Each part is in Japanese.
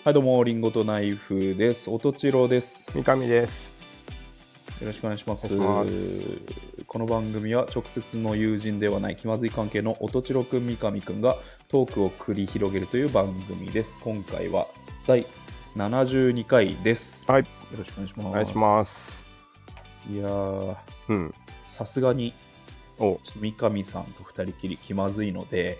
はい、どうも、リンゴとナイフです。おとちろです。 三上です。 よろしくお願いします。 お願いしこの番組は直接の友人ではない気まずい関係のおとちろくん、三上くんがトークを繰り広げるという番組です。今回は第72回です。 はい。 よろしくお願いします。 お願いします。 いやー、さすがにちょっと三上さんと二人きり気まずいので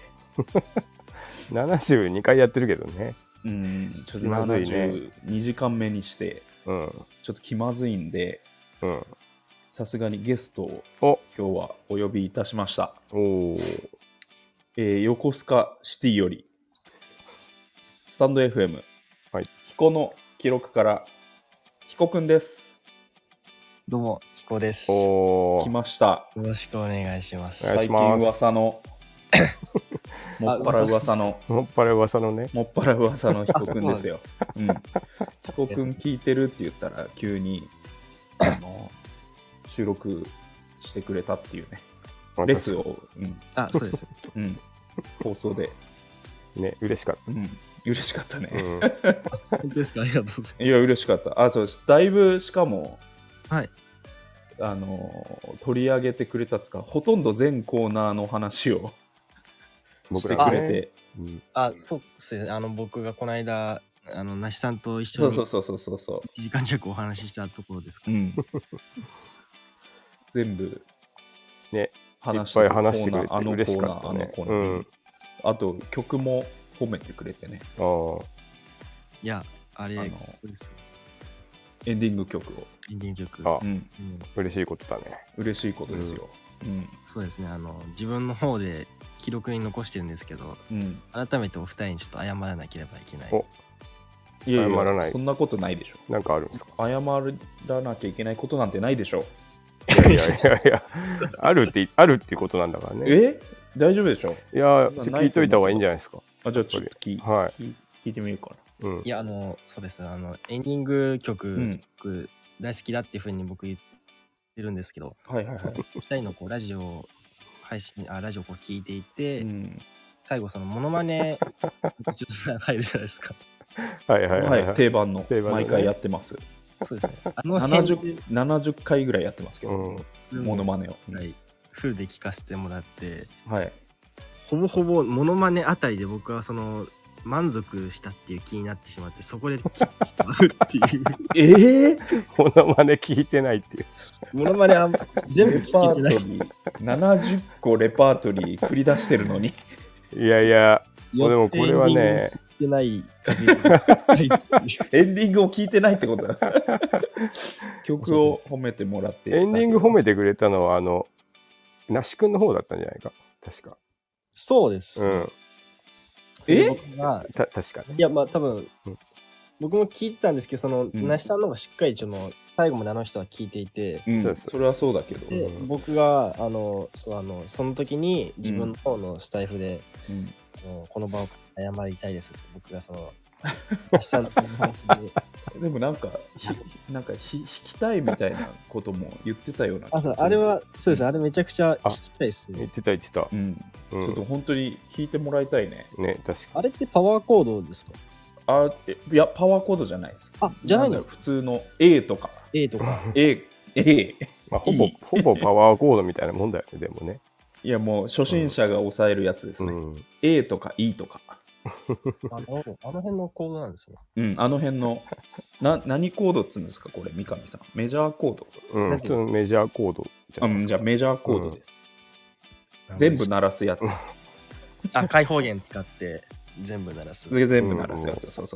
72回やってるけどね。 ちょっと72時間目にして、ちょっと気まずいんで、さすがにゲストを今日はお呼びいたしました。横須賀シティよりスタンド FM、ヒコの記録からヒコくんです。 どうもヒコです。 来ました。 よろしくお願いします。 最近噂のもっぱら噂のね、もっぱら噂のヒコくんですよ。ヒコくん聞いてるって言ったら急に収録してくれたっていうね、レスを、 そうです。 放送でね、嬉しかった。 嬉しかったね。 本当ですか？ありがとうございます。 いや、嬉しかった。そうです。だいぶしかも、取り上げてくれたつか、ほとんど全コーナーの話をしてくれて、 そうですね。僕がこの間なしさんと一緒に1時間弱お話ししたところですか。 全部ね、 話してくれて嬉しかったね。 あと曲も褒めてくれてね。 いや、あれですよ。 エンディング曲。 嬉しいことだね。 嬉しいことですよ。 そうですね。自分の方で記録に残してるんですけど、改めてお二人にちょっと謝らなければいけない。 いやいや、謝らない。そんなことないでしょ。 なんかあるんですか？ 謝らなきゃいけないことなんてないでしょ。 いやあるっていうことなんだからね。 大丈夫でしょ。 いや、聞いといた方がいいんじゃないですか。 じゃあちょっと聞いてみようかな。 いや、そうです。エンディング曲、大好きだっていうふうに僕言ってるんですけど、2人のラジオ配信、ラジオを聞いていて、最後そのモノマネちょっと入るじゃないですか。 定番の毎回やってます。 そうですね。 70回ぐらいやってますけど、モノマネをフルで聞かせてもらって、ほぼほぼモノマネあたりで僕はその満足したっていう気になってしまって、そこで切ってしまうっていうモノマネ聞いてないっていう。 モノマネは全部聞いてない。 70個レパートリー繰り出してるのに。 いやでもこれはね、 聞いてないエンディングを聞いてないってことだ。曲を褒めてもらって、 エンディング褒めてくれたのは那須くんの方だったんじゃないか、確か。 そうです。 確かね。 いや、まあ多分、僕も聞いてたんですけど、その那須さんの方がしっかり最後まであの人は聞いていて、 それはそうだけど、 僕がその時に自分の方のスタイフで、この場を謝りたいですって、僕が那須さんの話でもなんか弾きたいみたいなことも言ってたような。 あれはそうです。あれめちゃくちゃ弾きたいですね。 言ってた。 ちょっと本当に弾いてもらいたいね。 確かに。 あれってパワーコードですか？ いや、パワーコードじゃないです。 じゃないんですか？ 普通の A とか。 ほぼパワーコードみたいなもんだよね、でもね。 いや、もう初心者が押さえるやつですね。A とか E とか。 あの辺のコードなんですね。あの辺の何コードっつうんですか、これ、三上さん。メジャーコード。 普通のメジャーコードじゃあメジャーコードです。全部鳴らすやつ。 開放弦使って全部鳴らす。 全部鳴らすやつ。そう。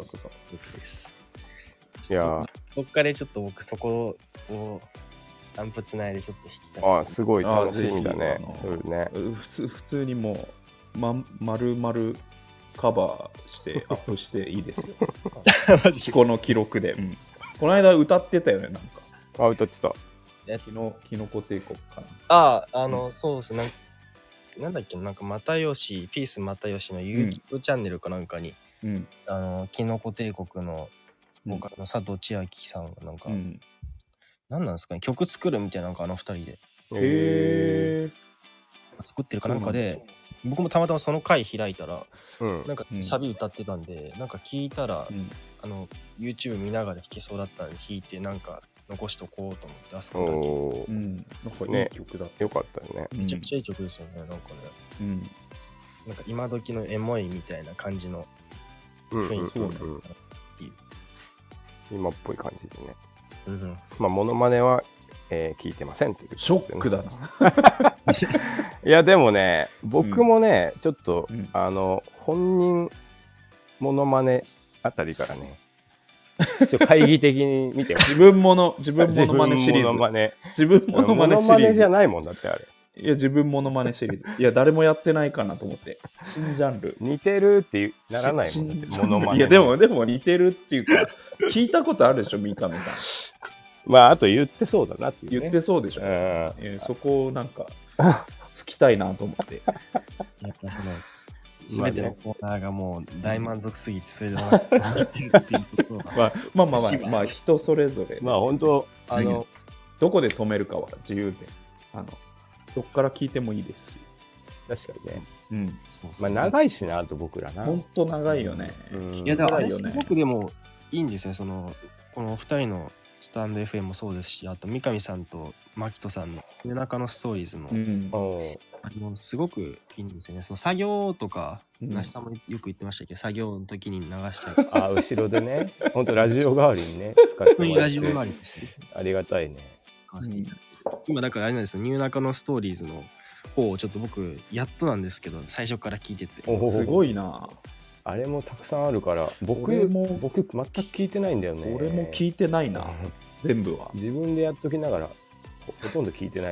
いや、 どっかでちょっと僕そこをアンプつないでちょっと弾きたい。 すごい楽しみだね。 普通にもう丸々カバーしてアップしていいですよ。この記録で。この間歌ってたよね、なんか。 歌ってた。 キノコ帝国かな。そうですね。なんだっけ、なんか又吉、ピース又吉の YouTube チャンネルかなんかに、キノコ帝国のボーカルの佐藤千秋さんがなんか、何なんですかね、曲作るみたいな、なんか二人で作ってるかなんかで僕もたまたまその回開いたら、 うんなんかサビ歌ってたんで、なんか聞いたら、 うん、 YouTube 見ながら弾けそうだったんで弾いて、なんか残しとこうと思ってあそこだけ、 うん、なんかいい曲だった、 ね、よかったよね。 めちゃくちゃいい曲ですよね、なんかね。 うん、 なんか今時のエモいみたいな感じの雰囲気そうね、 今っぽい感じでね。 うん、 まあモノマネは、聞いてませんという、ね、 ショックだな。 いやでもね、僕もね、ちょっと、本人モノマネあたりからね、ちょっと懐疑的に見て自分モノマネシリーズ。自分モノマネシリーズ。 モノマネじゃないもんだってあれ。 いや、自分モノマネシリーズ。いや、誰もやってないかなと思って。新ジャンル。 似てるってならないもん、モノマネ。 いや、でも似てるっていうか、聞いたことあるでしょ、三上さん。 まあ、あと言ってそうだなっていう、ね。 言ってそうでしょ。そこをなんか、つきたいなと思って。 やっぱすべてのコーナーがもう大満足すぎて、それで終わってるっていうところが。 まあ、人それぞれ。 まあ、本当どこで止めるかは自由で。どっから聞いてもいいですし。 確かにね。 うん。 まあ、長いしな、あと僕らな。 ほんと長いよね。 いや、だからすごくでもいいんですよ、この2人のスタンド FM もそうですし、あと三上さんと牧人さんの夜中のストーリーズも、すごくいいんですよね。その作業とか、那須さんもよく言ってましたけど、作業の時に流したり。 後ろでね、ほんとラジオ代わりにね、使ってもらって。 ラジオ代わりとして。 ありがたいね。 今だからあれなんですよ、ニューナカのストーリーズの方をちょっと僕やっとなんですけど、最初から聞いててすごいな。 あれもたくさんあるから僕全く聞いてないんだよね。 俺も聞いてないな。全部は自分でやっときながらほとんど聞いてない。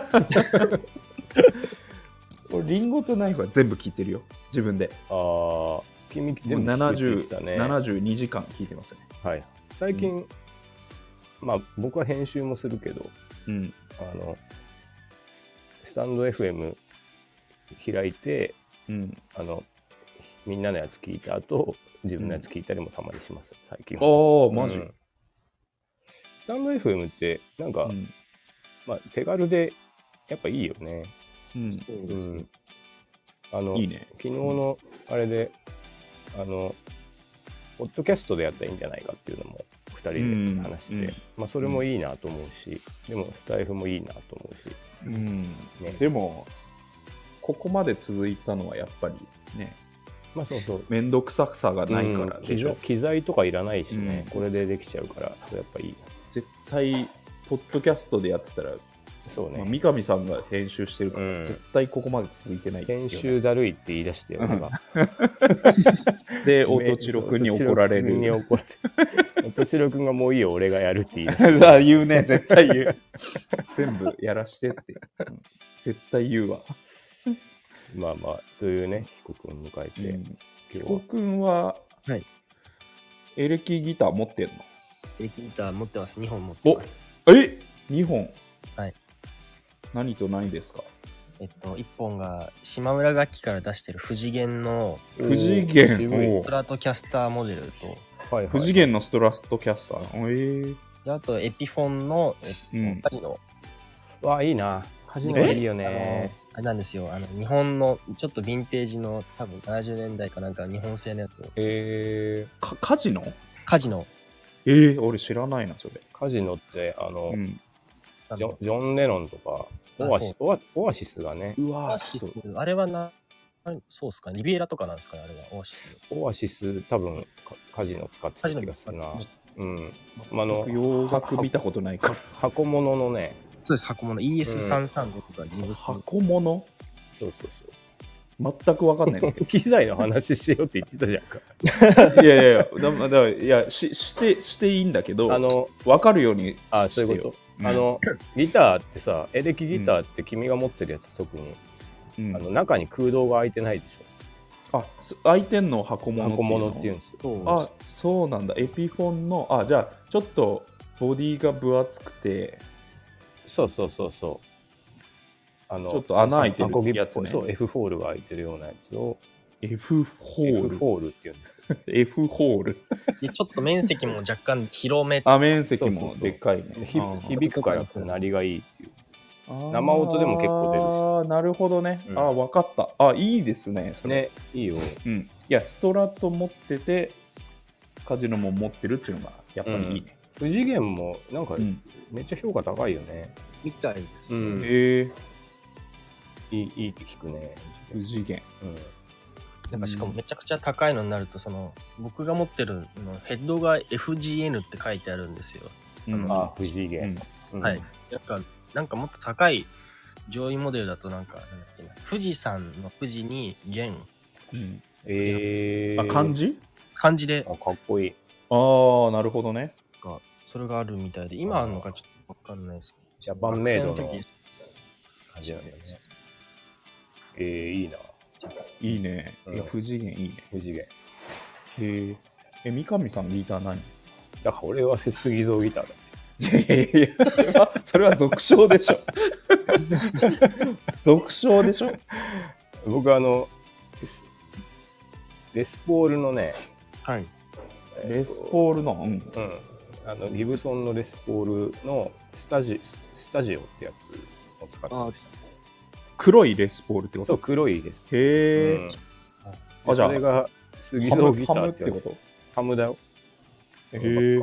俺リンゴとナイフは全部聞いてるよ、自分で。 君でも72時間聞いてますね。 はい。最近、まあ僕は編集もするけど、スタンド FM 開いて、みんなのやつ聞いた後、自分のやつ聞いたりもたまにします、最近は。 マジ、 スタンド FM ってなんか、まあ手軽でやっぱいいよね。 そうですね。 いいね。 昨日のあれでポッドキャストでやったらいいんじゃないかっていうのも2人で話して、まあそれもいいなと思うし、でもスタイフもいいなと思うし、 ね、でもここまで続いたのはやっぱりね、 まあそうめんどくささがないからでしょ。 機材とかいらないしね、これでできちゃうから、それやっぱいい。 絶対ポッドキャストでやってたら、 そうね、 三上さんが編集してるから、絶対ここまで続いてない、 編集だるいって言い出して俺がで音千代くんに怒られる。 音千代くんがもういいよ俺がやるって言い出して。 さあ言うね、絶対言う。全部やらしてって、絶対言うわ。 まあまあというね、彦くん迎えて、 彦くんはエレキギター持ってんの？ エレキギター持ってます。2本持ってます。 2本？ はい。 何と何ですか ？1本が島村楽器から出してる不次元のストラトキャスターモデルと、 不次元のストラトキャスター。 であとエピフォンのカジノ。 わあいいな。カジノいいよね。 あれなんですよ。日本のちょっとヴィンテージの多分70年代かなんか日本製のやつを。 カジノ？ カジノ。 俺知らないなそれ。 カジノってジョン・レノンとかオアシスがね。 オアシス、あれはそうっすか、リビエラとかなんですかね、あれはオアシス。 オアシス多分カジノ使ってた気がするな。 洋楽見たことないから。 箱物のね。 そうです、箱物 ES335 とかギブス。 箱物？ そう。 全く分かんない。 機材の話しようって言ってたじゃんか。 いやしていいんだけど、分かるようにしてよ。 そういうこと。ギターってさ、エレキギターって君が持ってるやつ特に、中に空洞が開いてないでしょ。開いてんの箱物っていうんですよ。 そうなんだ。エピフォンのじゃあちょっとボディが分厚くて、 そうちょっと穴開いてるやつね。 そう、F ホールが開いてるようなやつを F ホールって言うんですけど F ホールでちょっと面積も若干広め。 面積もでかいね。 響くから鳴りがいいっていう。 生音でも結構出るし。 ああ、なるほどね。ああ、分かった。あ、いいですね。 ね、いいよ。 うん。いや、ストラト持ってて、カジノも持ってるっていうのが、やっぱりいいね。 不次元も、なんか、めっちゃ評価高いよね。 みたいですね。 へえ。 いいって聞くね。 不次元。 なんかしかもめちゃくちゃ高いのになると、僕が持ってるのヘッドが FGN って書いてあるんですよ。 不次元。 はい。なんかもっと高い上位モデルだとなんだっけな、富士山の富士に元。漢字で。 かっこいい。 ああ、なるほどね。 それがあるみたいで、今あるのかちょっとわかんないですけど。 ジャパンメイドの感じなんだね。いいな。 いいね。いや、不次元いいね。 不次元。 へえ。三上さんのギター何？ だから俺は杉蔵ギターだ。 いや、それは俗称でしょ。俗称でしょ。 僕レスポールのね、 はい。 レスポールの、 ギブソンのレスポールのスタジオってやつを使ってました。 黒いレスポールってこと？ そう、黒いです。 へえ。 じゃあそれが杉蔵ギターってこと？ハムだよ。 へえ。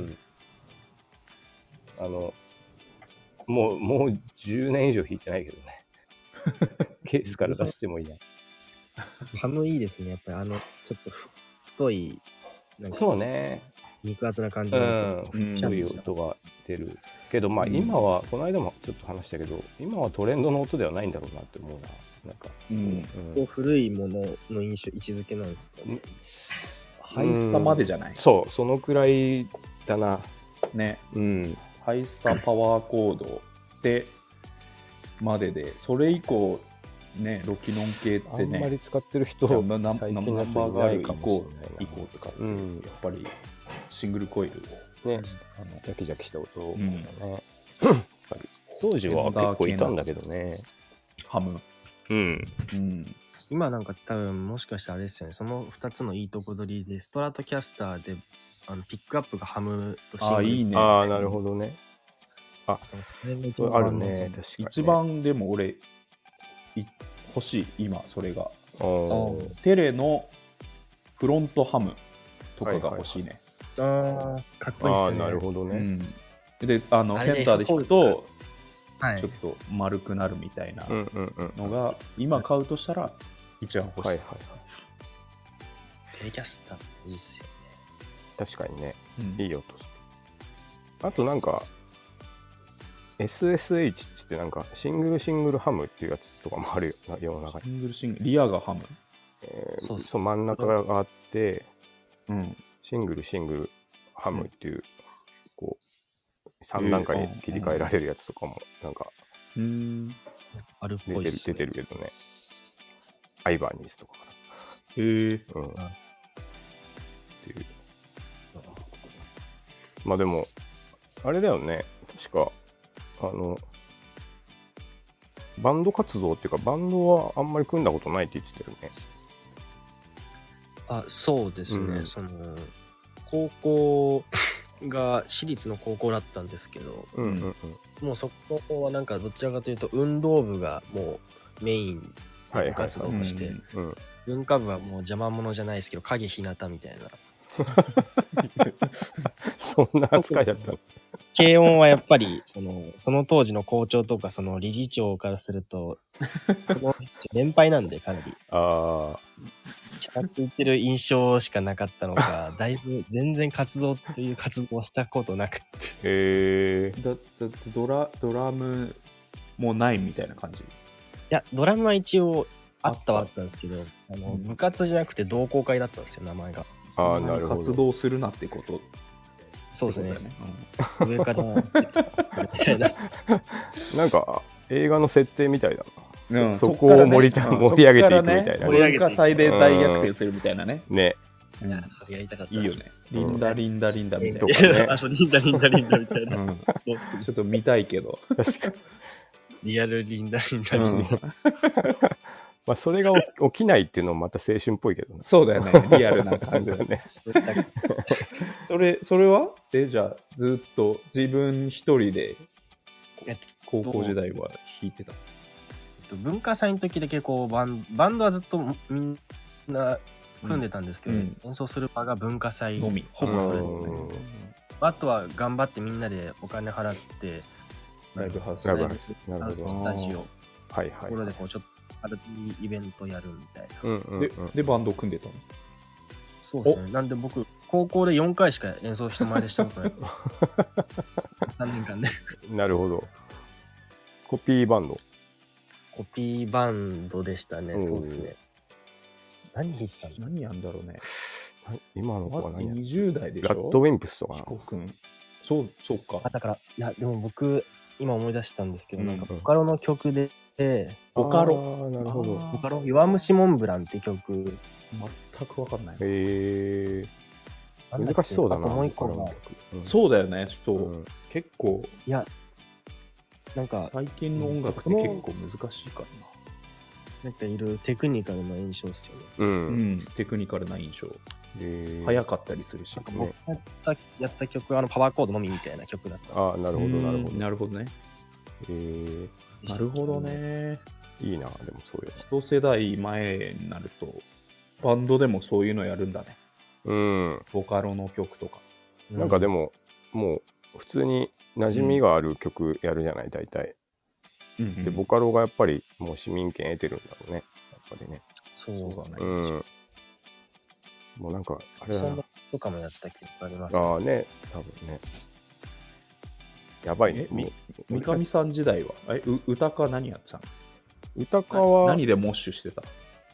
もう10年以上弾いてないけどね。ケースから出してもいない。 ハムいいですね。やっぱりちょっと太い、 そうね。 肉厚な感じの太い音が出る。けど、まあ今は、この間もちょっと話したけど、今はトレンドの音ではないんだろうなって思うな。なんか、 古いものの位置づけなんですかね。 ハイスタまでじゃない？ そう、そのくらいだな。 ね。ハイスタパワーコードでまでで、それ以降ね、ロキノン系ってね、 あんまり使ってる人ナンバーガール以降とか、やっぱりシングルコイルね、ジャキジャキした音だね。当時は結構いたんだけどね。 ハム。 今なんか多分もしかしたらあれですよね。その2つのいいとこ取りで、ストラトキャスターでピックアップがハムとシングル。 いいね。 なるほどね。それあるね。確かに。 一番でも俺欲しい今それが。テレのフロントハムとかが欲しいね。 かっこいいですね。 なるほどね。 でセンターで弾くとちょっと丸くなるみたいなのが今買うとしたら一番欲しい。 テレキャスターいいっすよね。 確かにね、いい音。あとなんか SSH ってなんかシングルハムっていうやつとかもあるよ世の中に。 シングルリアがハム。 そう真ん中があって、シングルハムっていうこう3段階に切り替えられるやつとかもなんかあるっぽいっすね。 出てるけどね。アイバーニーズとかかな。っていう。まあでもあれだよね。確かバンド活動っていうかバンドはあんまり組んだことないって言ってたよね。 そうですね。高校が私立の高校だったんですけど、もうそこはなんかどちらかというと運動部がもうメインの活動として、文化部はもう邪魔者じゃないですけど影ひなたみたいな。 そんな扱いだったの？ 軽音はやっぱりその当時の校長とかその理事長からすると年配なんでかなりキャラついてる印象しかなかったのかだいぶ全然活動という活動をしたことなくてドラムもないみたいな感じ？いやドラムは一応あったんですけど部活じゃなくて同好会だったんですよ名前が。 なるほど。 活動するなってこと。 そうですね。上からみたいな。 なんか映画の設定みたいだな。そこを盛り上げていくみたいな。 文化祭で大逆転するみたいなね。 ね。 いや、それやりたかった。 いいよね。リンダリンダリンダみたいな。 そう、リンダリンダリンダみたいな。ちょっと見たいけど。 確かに。 リアルリンダリンダリンダ。 まあそれが起きないっていうのもまた青春っぽいけどね。 そうだよね。リアルな感じだね。それはじゃあずっと自分一人で高校時代は弾いてた。 文化祭の時だけこうバンドはずっとみんな組んでたんですけど、演奏する場が文化祭のみ、 ほぼそれで、あとは頑張ってみんなでお金払ってライブハウス、 スタジオ、 はいはい、 ところでこうちょっと軽いイベントやるみたいな。 でバンド組んでたの？ そうですね。なんで僕高校で4回しか演奏人前でしたことない。3年間で。 なるほど。コピーバンド。 コピーバンドでしたね。そうですね。何弾いてたの？ 何やんだろうね。 今の子は何や 20代でしょ？ ラッドウィンプスとかな。 彦君。そうか。 だから、いや、でも僕、今思い出したんですけど、なんか、ボカロの曲で、 ボカロ。 なるほど。 ボカロ、弱虫モンブランって曲。 全くわかんない。 難しそうだな。 あともう一個が。 そうだよね。結構。 いや、なんか、 最近の音楽って結構難しいからな。 なんかいるテクニカルな印象っすよね。テクニカルな印象。早かったりするし。 僕やった曲、パワーコードのみみたいな曲だった。 ああ、なるほど、なるほど。 なるほどね。なるほどね。 いいな、でもそういうの。一世代前になると、バンドでもそういうのやるんだね。ボカロの曲とか。 なんかでも、もう普通に馴染みがある曲やるじゃない、大体。で、ボカロがやっぱりもう市民権得てるんだろうね。やっぱりね。 そうだね。もうなんか、あれだな。 そんなとかもやった記憶ありますね。ああね、多分ね。やばいね。 三上さん時代は歌か何やってたの？ 歌かは何でモッシュしてた？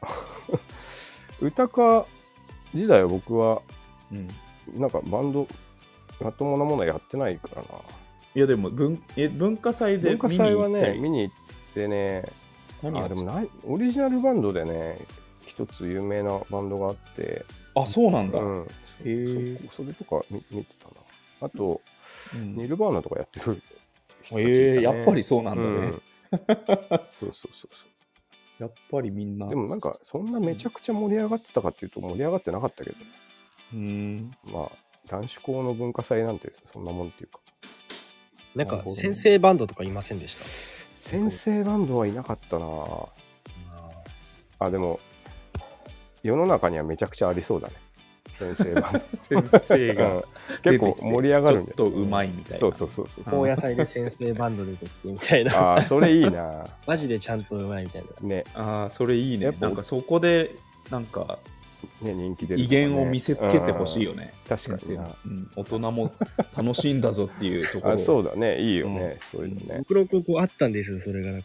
歌か時代は僕は、なんかバンドまともなものやってないからな。 いやでも文化祭で文化祭はね見に行ってね、でもオリジナルバンドでね一つ有名なバンドがあって、 あ、そうなんだ。 それとか見てたな。あと、ニルバーナとかやってる人たち、やっぱりそうなんだね。 そう。 やっぱりみんな。 でもなんかそんなめちゃくちゃ盛り上がってたかっていうと盛り上がってなかったけど、まあ男子校の文化祭なんてそんなもんっていうか。 なんか先生バンドとかいませんでした？ 先生バンドはいなかったなあ。でも世の中にはめちゃくちゃありそうだね。先生バンド先生が結構盛り上がるんでちょっとうまいみたいな。 そう高野菜で先生バンド出てきてみたいな。 ああ、それいいな。 マジでちゃんとうまいみたいなね。 ああ、それいいね。なんかそこでなんかね、人気出る、 威厳を見せつけてほしいよね。 確かにな。 大人も楽しいんだぞっていうところ。 そうだね、いいよね、そういうのね。 僕の高校あったんですよ、それが。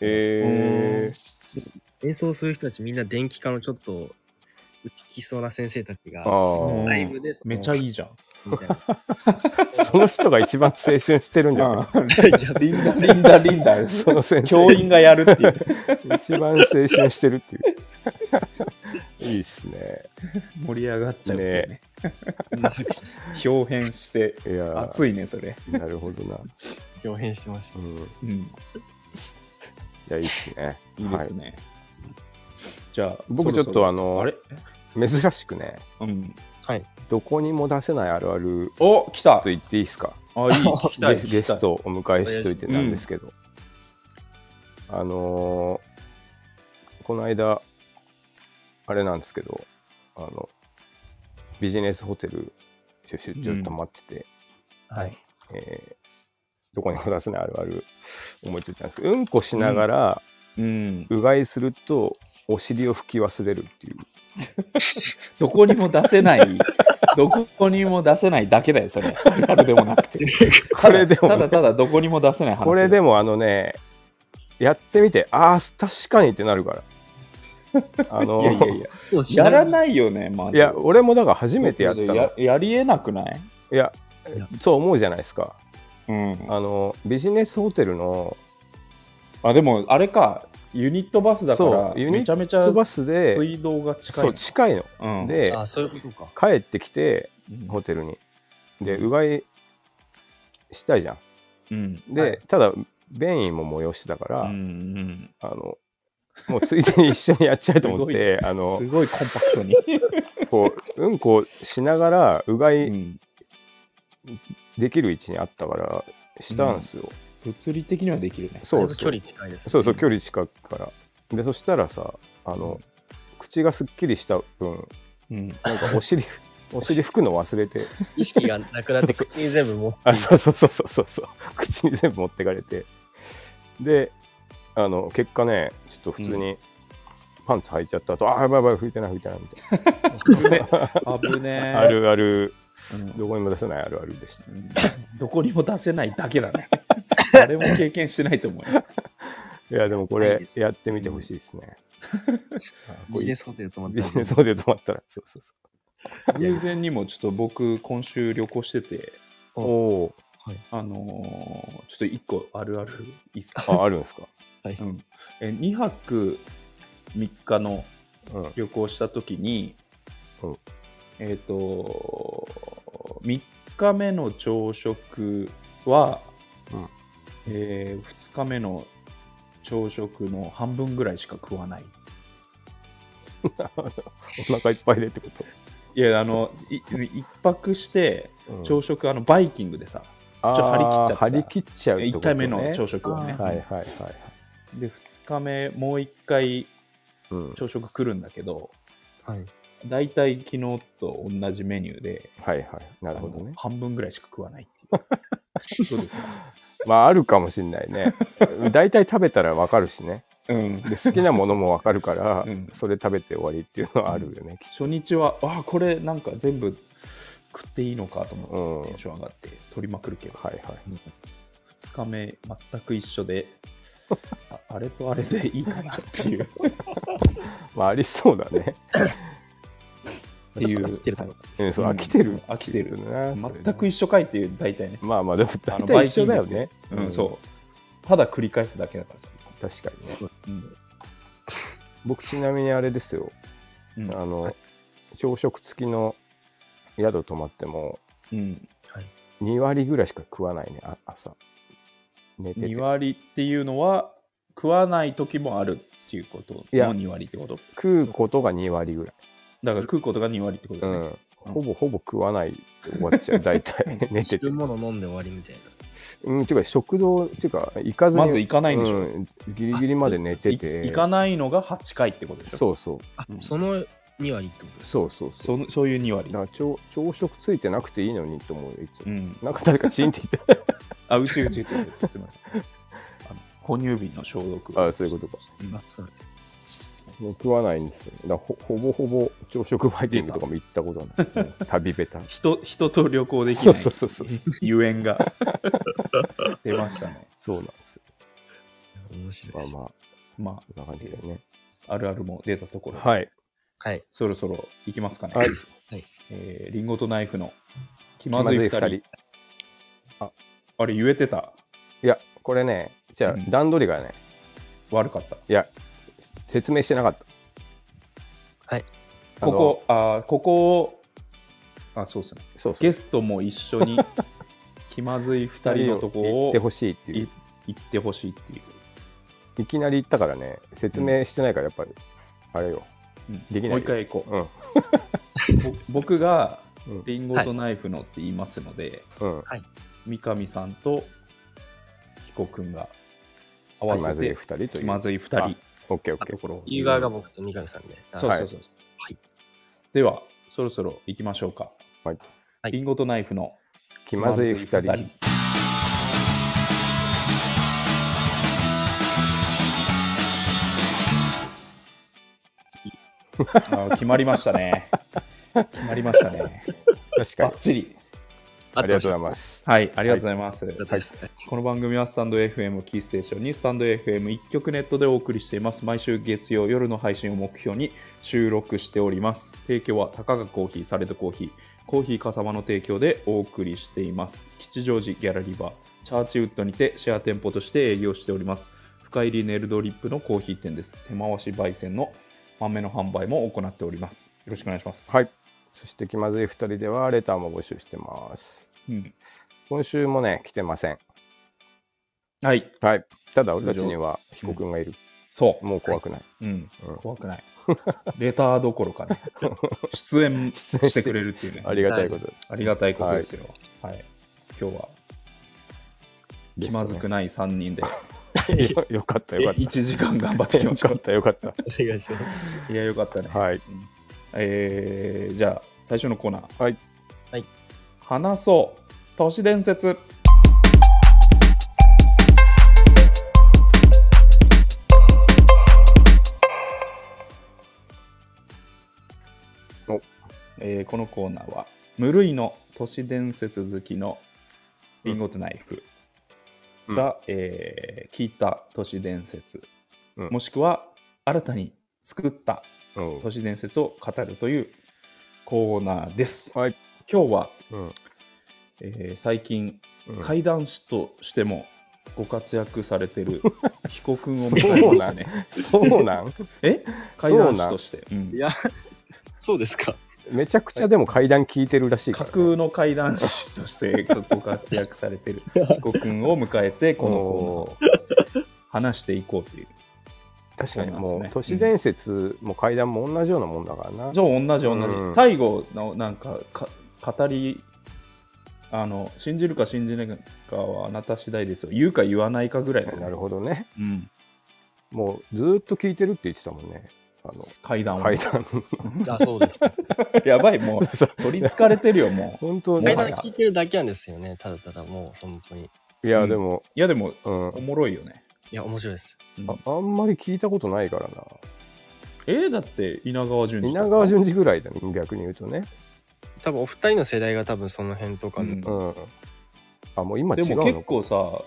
演奏する人たちみんな電気科のちょっと打ちきそうな先生たちがライブでめちゃいいじゃん。 その人が一番青春してるんじゃない？ リンダその先生教員がやるっていう一番青春してるっていういいっすね。 盛り上がっちゃうね。表変して熱いねそれ。 なるほどな。 表変してました。 いや、いいっすね。 いいですね。じゃあ僕ちょっとあれ珍しくね、どこにも出せないあるある来たと言っていいですか？ 聞きたい。 ゲストをお迎えしといてなんですけど、この間あれなんですけど、ビジネスホテル出張泊まってて、どこにも出せないあるある思いついたんですけど、うんこしながら、うがいするとお尻を拭き忘れるっていう。 どこにも出せないだけだよそれ。あるでもなくて。これでも、ね、ただどこにも出せない話。 これでもやってみて、確かにってなるから。 いやらないよね、まず。 いや、俺もだから初めてやったの。 やりえなくない？ いや、そう思うじゃないですか。ビジネスホテルのでもあれか、ユニットバスだからめちゃめちゃ水道が近い。 そう近いの。で、 そういうことか。 帰ってきてホテルにでうがいしたいじゃん。で、ただ便意も催してたから、もうついでに一緒にやっちゃえと思ってすごいコンパクトにこううんこしながらうがいできる位置にあったからしたんですよ。 物理的にはできるね。 そうそう、距離近いですね。 そうそう、距離近くから。で、そしたらさ、口がすっきりした分、なんかお尻拭くの忘れて。 意識がなくなって口に全部持って。 あ、そう。口に全部持ってかれて。で、結果ね、ちょっと普通にパンツ履いちゃった後、やばい、拭いてないみたいな。 危ねえ。 あるある、どこにも出せないあるあるでした。 どこにも出せないだけだね。誰も経験してないと思うよ。 いや、でもこれやってみてほしいですね。 ビジネスホテル泊まったら。 ビジネスホテル泊まったら。そう。 偶然にもちょっと僕今週旅行してて、 はい、 ちょっと1個あるあるいいっすか？ あるんですか？ はい。 2泊3日の旅行した時に、3日目の朝食は、2日目の朝食の半分ぐらいしか食わない。 お腹いっぱいでってこと？ いや、一泊して朝食、バイキングでさ、張り切っちゃってさ、1回目の朝食はね。で、2日目もう1回朝食来るんだけど、だいたい昨日と同じメニューで、 なるほどね。 半分ぐらいしか食わないっていう。どうですか？ まああるかもしれないね。だいたい食べたらわかるしね。で好きなものもわかるから、それ食べて終わりっていうのはあるよね。 初日はこれなんか全部食っていいのかと思ってテンション上がって取りまくるけど、2日目全く一緒であれとあれでいいかなっていうまあありそうだねっていう飽きてる飽きてるね。 全く一緒かいっていう大体ね。 まあでも大体一緒だよね。 そうただ繰り返すだけだからさ。 確かにね。僕ちなみにあれですよ。朝食付きの宿泊まっても2割ぐらいしか食わないね。朝寝てて。2割っていうのは食わない時もあるっていうことの2割ってこと？ 食うことが2割ぐらい。 だから食うことが2割ってことだね。 ほぼ食わないで終わっちゃう。大体寝てて。 汁物飲んで終わりみたいな。 ていうか食堂っていうか行かずにまず行かないんでしょ。 ギリギリまで寝てて行かないのが8回ってことでしょ。 そうその2割ってことですか？そういう2割。 だから朝食ついてなくていいのにと思うよいつも。なんか誰かチンって言ってうちすみません。哺乳瓶の消毒。 そういうことか。 そうです。 もう食わないんですよ。だほぼ朝食バイキングとかも行ったことない。旅ベタ。 人と旅行できない。 そう。 ゆえんが出ましたね。 そうなんですよ。 面白いです。 まあこんな感じでね。 あるあるも出たところ。 はい。 そろそろ行きますかね。 はい。 リンゴとナイフの気まずい2人。あれ言えてた？ いやこれね、じゃあ段取りがね悪かった。 いや説明してなかった。 はい。 ここそうですね。ゲストも一緒に気まずい2人のとこを言ってほしいっていう。 言ってほしいっていう。 いきなり言ったからね、説明してないからやっぱりあれよ。できない。 もう一回行こう。僕がリンゴとナイフのって言いますので、三上さんと彦君が合わせて気まずい2人。 オッケー。 言う側が僕と三上さんで。 そう。ではそろそろ行きましょうか。リンゴとナイフの気まずい2人。 決まりましたね。確かに。バッチリ。 ありがとうございます。 はい、ありがとうございます。この番組はスタンド FM をキーステーションにスタンド FM 一曲ネットでお送りしています。毎週月曜夜の配信を目標に収録しております。提供はたかがコーヒー、サレドコーヒー、コーヒーかさまの提供でお送りしています。吉祥寺ギャラリーバー、チャーチウッドにてシェア店舗として営業しております。深入りネルドリップのコーヒー店です。手回し焙煎の豆の販売も行っております。よろしくお願いします。 はい。そして気まずい2人ではレターも募集してます。今週もね来てません。はい。ただ俺たちには彦君がいる。 そう。 もう怖くない。 怖くない。レターどころかね。出演してくれるっていうね。 ありがたいことです。 ありがたいことですよ。はい。今日は気まずくない3人でよかったよかった。 1時間頑張ってきましょう。 よかったよかった。 お願いします。 いやよかったね。 はい。 じゃあ最初のコーナー。 はい。 はい。 話そう都市伝説。このコーナーは無類の都市伝説好きのリンゴとナイフが、聞いた都市伝説、もしくは新たに作った都市伝説を語るというコーナーです。 はい、 今日は、最近、怪談師としてもご活躍されてる彦君を迎えましたね。 そうなん怪談師として。 いやそうですか。 めちゃくちゃでも怪談聞いてるらしいから、ね、 架空の怪談師としてご活躍されてる彦君を迎えてこのコーナーを話していこうという。 確かにもう都市伝説も怪談も同じようなもんだからな。 そう同じ、最後のなんか語り信じるか信じないかはあなた次第ですよ、言うか言わないかぐらいだよね。 なるほどね、もうずっと聞いてるって言ってたもんね、 怪談を。 あ、そうです、ね、 やばい、もう取りつかれてるよもう。 本当怪談聞いてるだけなんですよね、ただただもう本当に。 いやでも、 おもろいよね。 いや面白いです、 あんまり聞いたことないからな。 だって稲川淳二ぐらいだね、逆に言うとね。 多分お二人の世代が多分その辺とかの、 あ、もう今違うのか。 でも結構さ、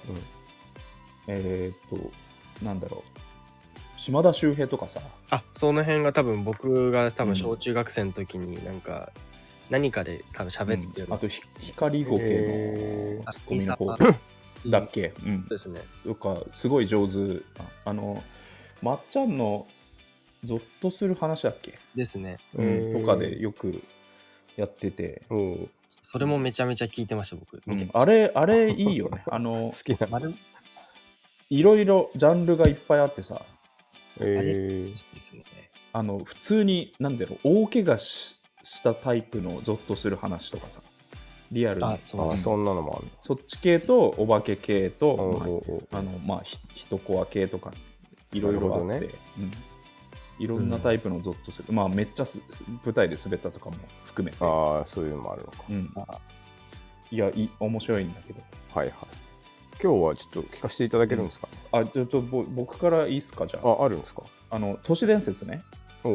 なんだろう、島田秀平とかさ、 その辺が多分僕が多分小中学生の時になんか何かで多分喋ってる、 あと光ゴケのツッコミの方だっけ、 そうですね。 とかすごい上手。まっちゃんのゾッとする話だっけですね、 とかでよくやってて、 それもめちゃめちゃ聞いてました僕、 あれいいよね。 好きな。 いろいろジャンルがいっぱいあってさ、 ですね、 普通に何だろう、大怪我したタイプのゾッとする話とかさ、リアルにそんなのもある。 そっち系とお化け系と一コア系とかいろいろあって、いろんなタイプのゾッとする、めっちゃ舞台で滑ったとかも含めて、 そういうのもあるのか。 いや面白いんだけど、 はいはい。今日はちょっと聞かせていただけるんですか。 ちょっと僕からいいですか。じゃあ、あるんですか。 都市伝説ね。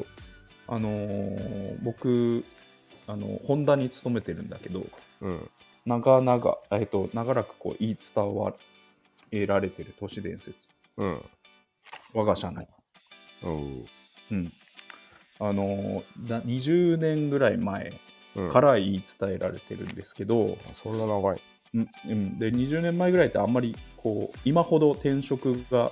僕ホンダに勤めてるんだけど、長らくこう言い伝わられてる都市伝説、我が社の、20年ぐらい前から言い伝えられてるんですけど、 そんな長い。 で20年前ぐらいってあんまりこう今ほど転職が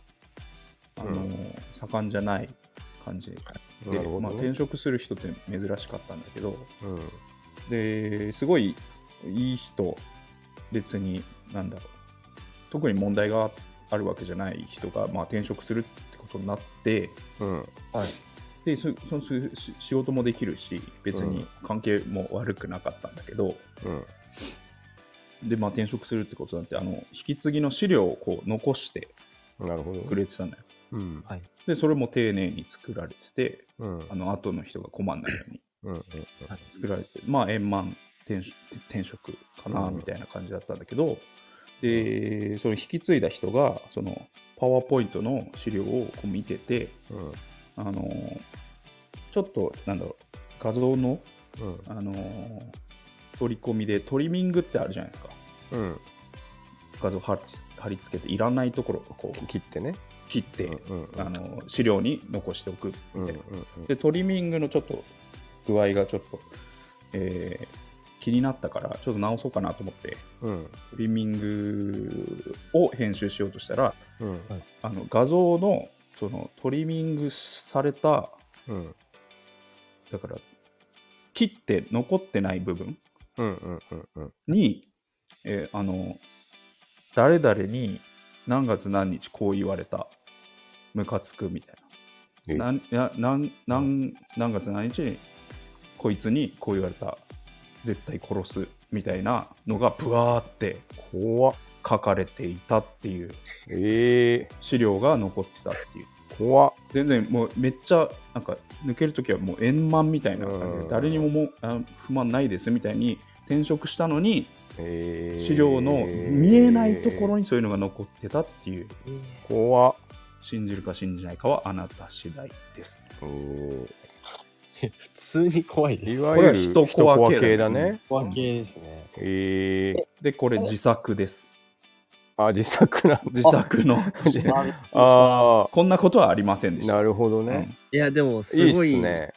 盛んじゃない感じで、転職する人って珍しかったんだけど、ですごいいい人、別になんだろう、特に問題があるわけじゃない人が、転職するってことになって、でその仕事もできるし別に関係も悪くなかったんだけど、で転職するってことになって引き継ぎの資料をこう残してくれてたんだよ。でそれも丁寧に作られてて、後の人が困んないように作られて、円満転職かなみたいな感じだったんだけど、でその引き継いだ人がそのパワーポイントの資料をこう見てて、ちょっとなんだろう、画像の、取り込みでトリミングってあるじゃないですか。画像貼り付けていらないところをこう切って、資料に残しておくみたいな。でトリミングのちょっと具合がちょっと、気になったからちょっと直そうかなと思って、トリミングを編集しようとしたら、画像のそのトリミングされた、だから切って残ってない部分に、誰々に何月何日こう言われた、ムカつくみたいな、何月何日にこいつにこう言われた、絶対殺すみたいなのがブワーって書かれていたっていう資料が残ってたっていう。 怖っ。 全然もうめっちゃなんか抜けるときはもう円満みたいな感じで、誰にも不満ないですみたいに転職したのに、資料の見えないところにそういうのが残ってたっていう。 怖っ。 信じるか信じないかはあなた次第です。 普通に怖いです。 いわゆる人コア系だね。 コア系ですね。 でこれ自作です。 自作なん自作のこんなことはありませんでした。 なるほどね。 いやでもすごいいいっすね。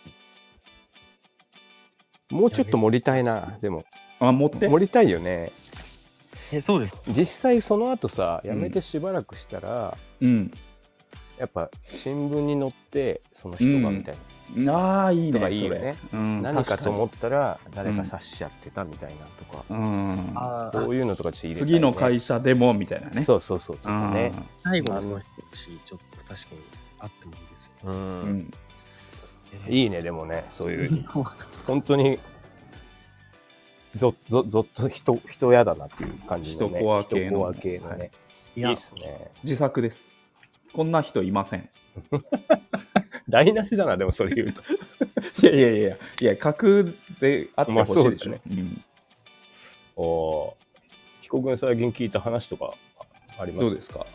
もうちょっと盛りたいな。でも盛りたいよね。 そうです。 実際その後さ、辞めてしばらくしたら、やっぱ新聞に載ってその人がみたいな。いいね。 いいよね。何かと思ったら誰か刺しちゃってたみたいなとか、そういうのとかちょっと入れたいね。 次の会社でもみたいなね。 そうとかね。 最後の人たちちょっと確かにあってもいいですね。いいね。でもね、そういう本当にぞっと人やだなっていう感じのね。 人コア系のね。いいっすね。 自作です。こんな人いません。 台無しだな、でもそれ言うと。 いや架空であってほしいでしょ。 彦君最近聞いた話とかあります？ どうですか？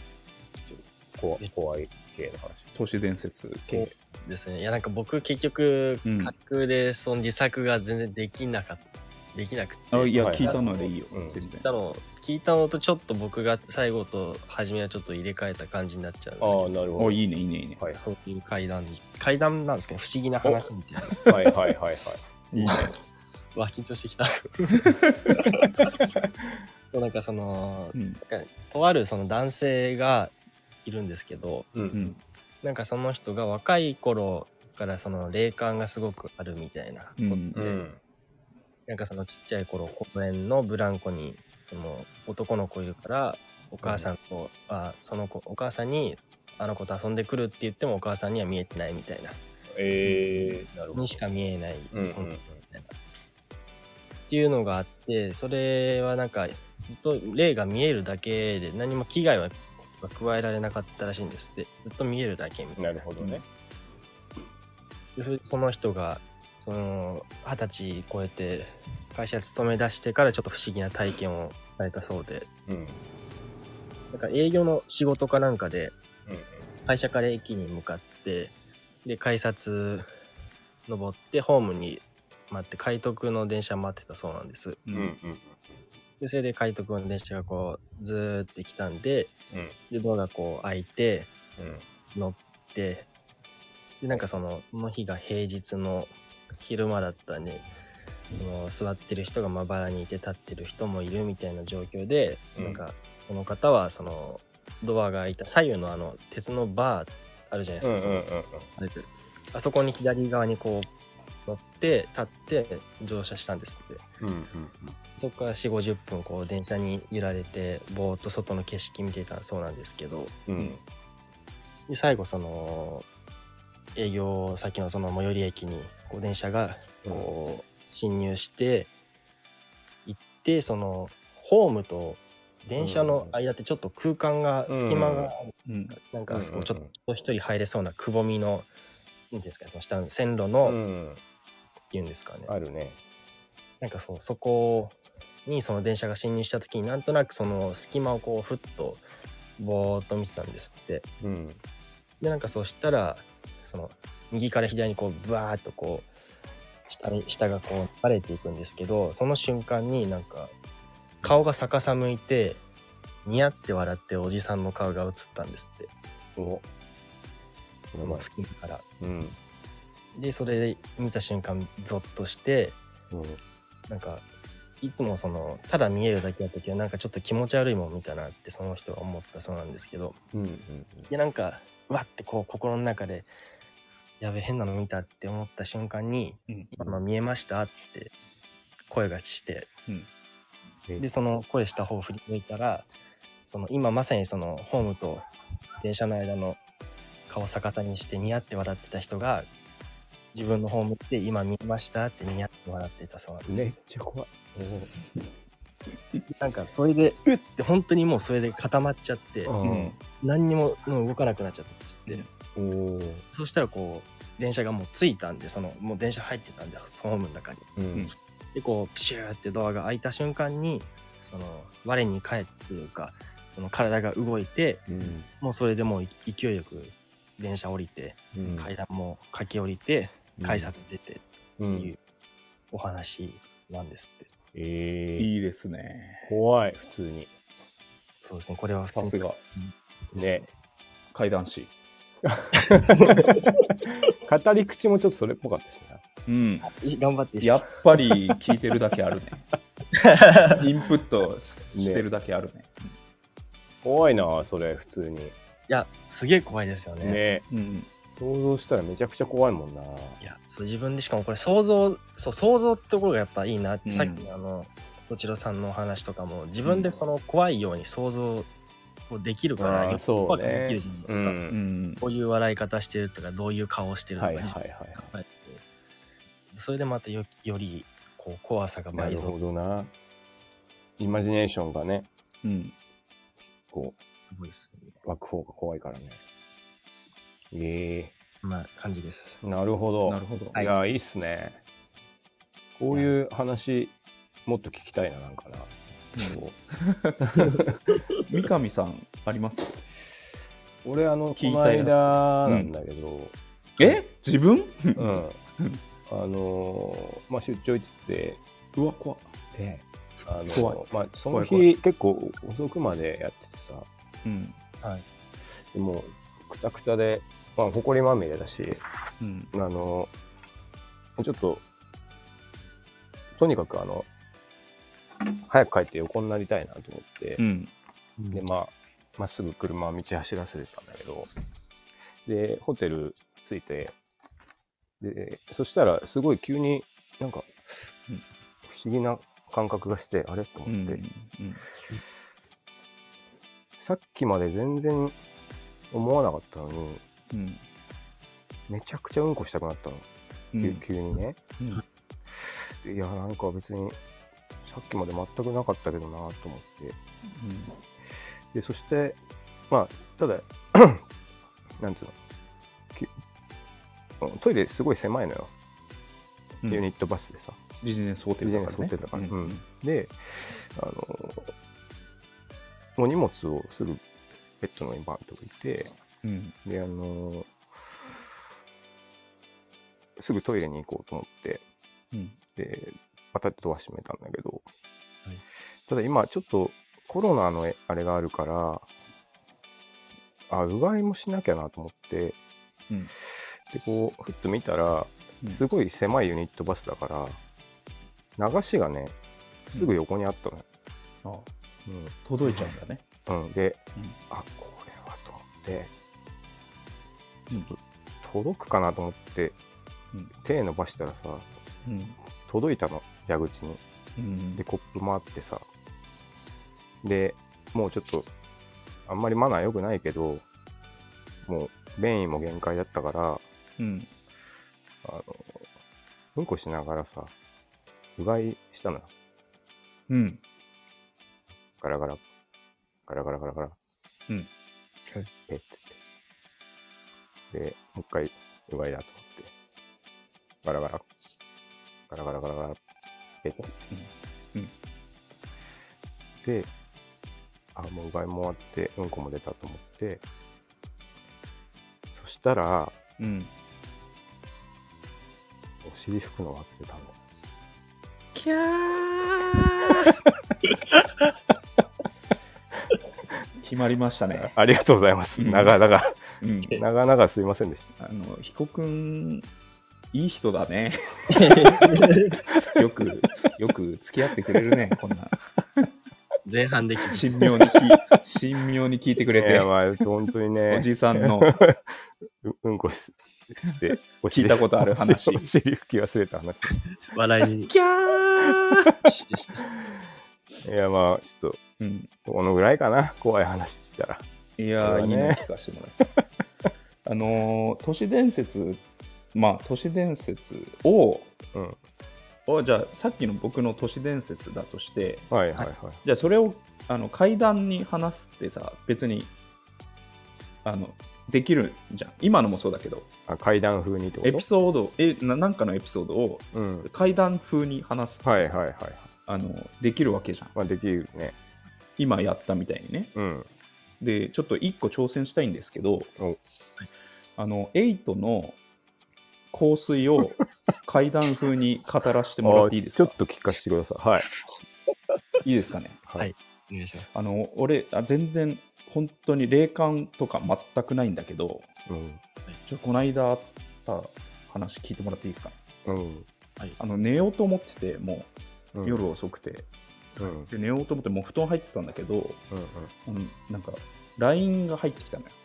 怖い系の話。 都市伝説系。 そうですね。いやなんか僕結局架空でその自作が全然できなくて。 いや聞いたのでいいよ。 聞いたのとちょっと僕が最後と初めはちょっと入れ替えた感じになっちゃうんですけど。 なるほど。 いいね。 そういう怪談なんですけど、不思議な話みたいな。 はい。 いいね。 緊張してきた。なんかその、とあるその男性がいるんですけど、なんかその人が若い頃からその霊感がすごくあるみたいなことで、なんかそのちっちゃい頃公園のブランコにその男の子いるからお母さんとその子お母さんにあの子と遊んでくるって言ってもお母さんには見えてないみたいな、なるほどにしか見えない、っていうのがあって、それはなんかずっと霊が見えるだけで何も危害は加えられなかったらしいんですって。ずっと見えるだけみたいな。 なるほどね。 でその人がその20歳超えて会社勤め出してからちょっと不思議な体験をされたそうで、なんか営業の仕事かなんかで会社から駅に向かってで改札登ってホームに待って快特の電車待ってたそうなんです。でそれで快特の電車がこうずーって来たんで、でドアがこう開いて、乗ってでなんかその日が平日の昼間だったんで、座ってる人がまばらにいて立ってる人もいるみたいな状況で、なんかこの方はそのドアが開いた左右の鉄のバーあるじゃないですか、あそこに左側にこう乗って立って乗車したんですって、そこから 4,50 分こう電車に揺られてぼーっと外の景色見てたそうなんですけど、で最後その営業先のその最寄り駅にこう電車がこう進入して行って、そのホームと電車の間ってちょっと空間が隙間がなんかそこちょっと一人入れそうなくぼみのなんていうんですかね、その下の線路のっていうんですかね、 あるね。 なんかそこにその電車が進入した時になんとなくその隙間をこうふっとぼーっと見てたんですって。でなんかそうしたらその右から左にこうブワーッとこう下がこう流れていくんですけど、その瞬間になんか顔が逆さ向いてニヤって笑ってるおじさんの顔が映ったんですって。その隙間から、でそれで見た瞬間ゾッとして、なんかいつもそのただ見えるだけの時はなんかちょっと気持ち悪いもん見たなってその人は思ったそうなんですけど、でなんかわってこう心の中でやべ変なの見たって思った瞬間に、今見えましたって声がして、でその声した方を振り向いたら、その今まさにそのホームと電車の間の顔逆さにしてニヤって笑ってた人が自分の方を向いて今見えましたってニヤって笑ってたそうなんです。 めっちゃ怖い。 なんかそれでうって本当にもうそれで固まっちゃって、何にも動かなくなっちゃってって、そしたらこう電車がもう着いたんで、もう電車入ってたんでホームの中に、でこうピシューってドアが開いた瞬間に我に返ってというか体が動いて、もうそれでもう勢いよく電車降りて、階段も駆け下りて改札出てっていうお話なんですって。 いいですね。 怖い、普通に。 そうですね、これは普通に。 さすが。ね、怪談師。 語り口もちょっとそれっぽかったですね。 頑張って。 やっぱり聞いてるだけあるね。インプットしてるだけあるね。 怖いな、それ、普通に。 いや、すげえ怖いですよね。 想像したらめちゃくちゃ怖いもんな。 いや、そう自分でしかもこれ想像ってところがやっぱいいなって、さっきのこちらさんのお話とかも自分で怖いように想像できるから、 そうね、 できるじゃないですか。こういう笑い方してるとか、どういう顔してるとか、それでまたよりこう怖さが倍増。 なるほどな。イマジネーションがね、こう湧く方が怖いからね。 そんな感じです。 なるほど。いや、いいっすね。こういう話もっと聞きたいな、なんかな。 三上さんあります？ 俺この間なんだけど。 自分？ まあ出張行って、 うわ怖っ。 で、まあその日結構遅くまでやっててさ、でもくたくたで、まあ埃まみれだし、ちょっととにかく早く帰って横になりたいなと思って、でまっすぐ車道走らせてたんだけど、でホテル着いて、でそしたらすごい急になんか不思議な感覚がして、あれと思って、さっきまで全然思わなかったのに、めちゃくちゃうんこしたくなったの、急にね。いや、なんか別にさっきまで全くなかったけどなと思って、でそしてまあただなんつうの、トイレすごい狭いのよ、ユニットバスでさ、 ビジネスホテルだからね。 でお荷物をすぐベッドの上にバンと置いて、ですぐトイレに行こうと思って、でパタッとドア閉めたんだけど、ただ今ちょっとコロナのあれがあるから、うがいもしなきゃなと思って、でこうふっと見たら、すごい狭いユニットバスだから流しがねすぐ横にあったのよ。 届いちゃうんだね。 で、これはと思って、ちょっと届くかなと思って、手伸ばしたらさ、届いたの、蛇口に。でコップもあってさ、でもうちょっとあんまりマナー良くないけど、もう便意も限界だったから、うんこしながらさ、うがいしたのよ。ガラガラガラガラガラガラ、ペッてでもう一回うがいだと思って、ガラガラガラガラガラガラペッて、でもううがいも終わってうんこも出たと思って、そしたら、お尻拭くの忘れたの。 キャー決まりましたね。 ありがとうございます。長々すいませんでした。 彦くんいい人だね。よく付き合ってくれるね、こんな。 前半で神妙に聞いてくれて。 いや、まあ本当にね。 おじさんのうんこして聞いたことある話。 お尻拭き忘れた話。 笑いに。 キャー。 いや、まあちょっと、このぐらいかな、怖い話したら。 いやー、いいの聞かせてもらう。都市伝説を、 じゃあさっきの僕の都市伝説だとして、 はいはいはい、 じゃあそれを階段に話すってさ、別にできるじゃん。今のもそうだけど、 階段風にってこと？ エピソードなんかのエピソードを階段風に話すって、 はいはいはい、 できるわけじゃん。 まあ、できるね。 今やったみたいにね。でちょっと1個挑戦したいんですけど、8の香水を階段風に語らせてもらっていいですか？ ちょっと聞かせてください。はい。 いいですかね。 はい。お願いします。 俺全然本当に霊感とか全くないんだけど、この間あった話聞いてもらっていいですか？寝ようと思ってて、もう夜遅くて、で寝ようと思ってもう布団入ってたんだけど、なんか LINE が入ってきたのよ。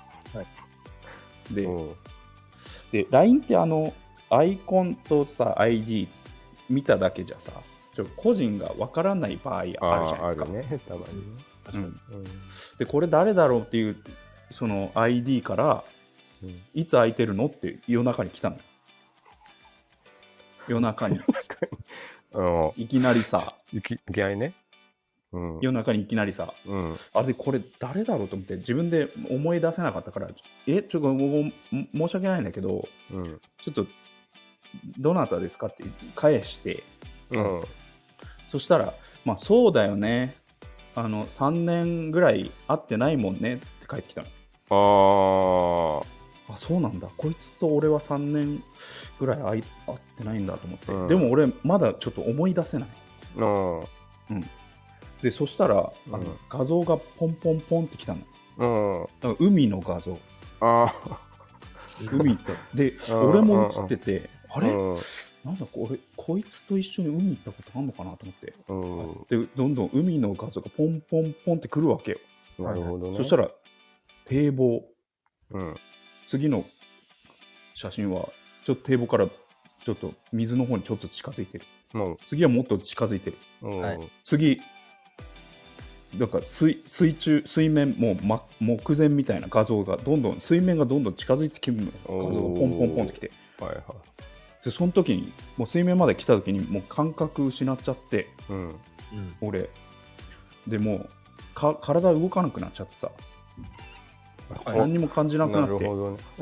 で LINE ってアイコンとさ ID 見ただけじゃさ、個人がわからない場合あるじゃないですか。 あるね、たまにね。 でこれ誰だろうっていうその ID から、いつ空いてるのって夜中に来たのよ。夜中にいきなりさ、 いきなりね、 夜中にいきなりさ、あれでこれ誰だろうと思って自分で思い出せなかったから、ちょっと申し訳ないんだけど、ちょっとどなたですかって返して、そしたら、まあそうだよね、3年ぐらい会ってないもんねって返ってきたの。あ、そうなんだ、こいつと俺は3年ぐらい会ってないんだと思って、でも俺まだちょっと思い出せない。でそしたら画像がポンポンポンってきたの。海の画像。海で俺も映ってて、あれなんだこいつと一緒に海行ったことあんのかなと思って、でどんどん海の画像がポンポンポンってくるわけよ。 なるほどね。 そしたら堤防、次の写真はちょっと堤防からちょっと水の方にちょっと近づいてる。次はもっと近づいてる。次なんか水面もう、目前みたいな画像がどんどん水面がどんどん近づいてくるのよ。画像がポンポンポンってきて、でその時にもう水面まで来た時にもう感覚失っちゃって、俺でもう体動かなくなっちゃってさ、何にも感じなくなって、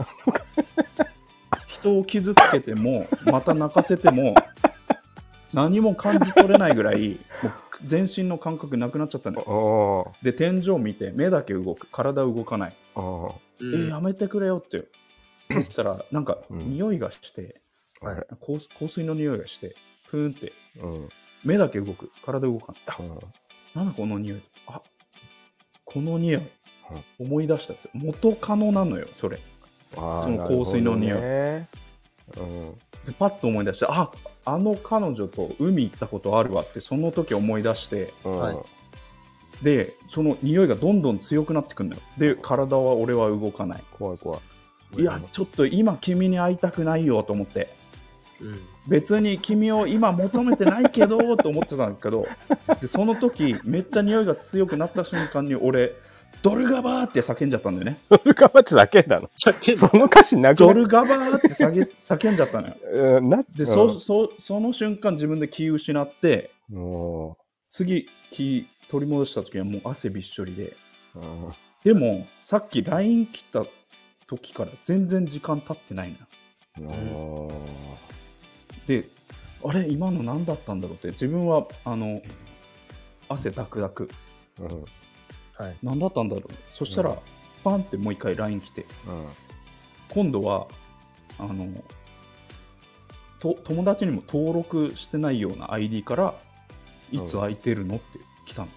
人を傷つけてもまた泣かせても何も感じ取れないぐらいもう全身の感覚なくなっちゃったのよ。で天井見て目だけ動く、体動かない。やめてくれよって言ったらなんか匂いがして、香水の匂いがしてプーンって、目だけ動く、体動かない。なんだこの匂い、この匂い、思い出したって、元カノなのよそれ。その香水の匂い、でパッと思い出して、あの彼女と海行ったことあるわってその時思い出して、でその匂いがどんどん強くなってくるのよ。で体は俺は動かない。 怖い怖い。 いやちょっと今君に会いたくないよと思って、別に君を今求めてないけどと思ってたんだけど、でその時めっちゃ匂いが強くなった瞬間に俺ドルガバーって叫んじゃったんだよね。 ドルガバーって叫んだの？その歌詞なくない？ ドルガバーって叫んじゃったのよ。でその瞬間自分で気失って、次気取り戻した時はもう汗びっしょりで、でもさっき LINE 来た時から全然時間経ってないのよ。であれ今の何だったんだろうって、自分は汗ダクダク、何だったんだろう。そしたら、パンってもう一回 LINE 来て、今度は友達にも登録してないような ID からいつ空いてるのって来た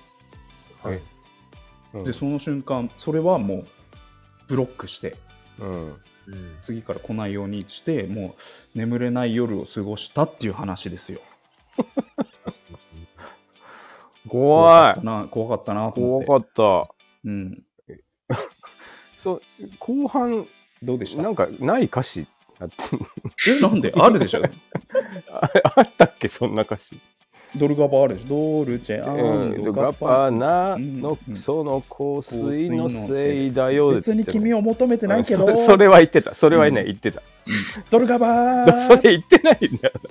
の。でその瞬間それはもうブロックして、次から来ないようにしてもう眠れない夜を過ごしたっていう話ですよ。 怖かったなと思って。怖かった。そう後半どうでした？ なんかない歌詞なんであるでしょ。 あったっけそんな歌詞。 ドルガバあるでしょ。ドルチェガバナのその香水のせいだよ。 別に君を求めてないけど。 それは言ってた。それはね、言ってた。 ドルガバーそれ言ってないんだよ。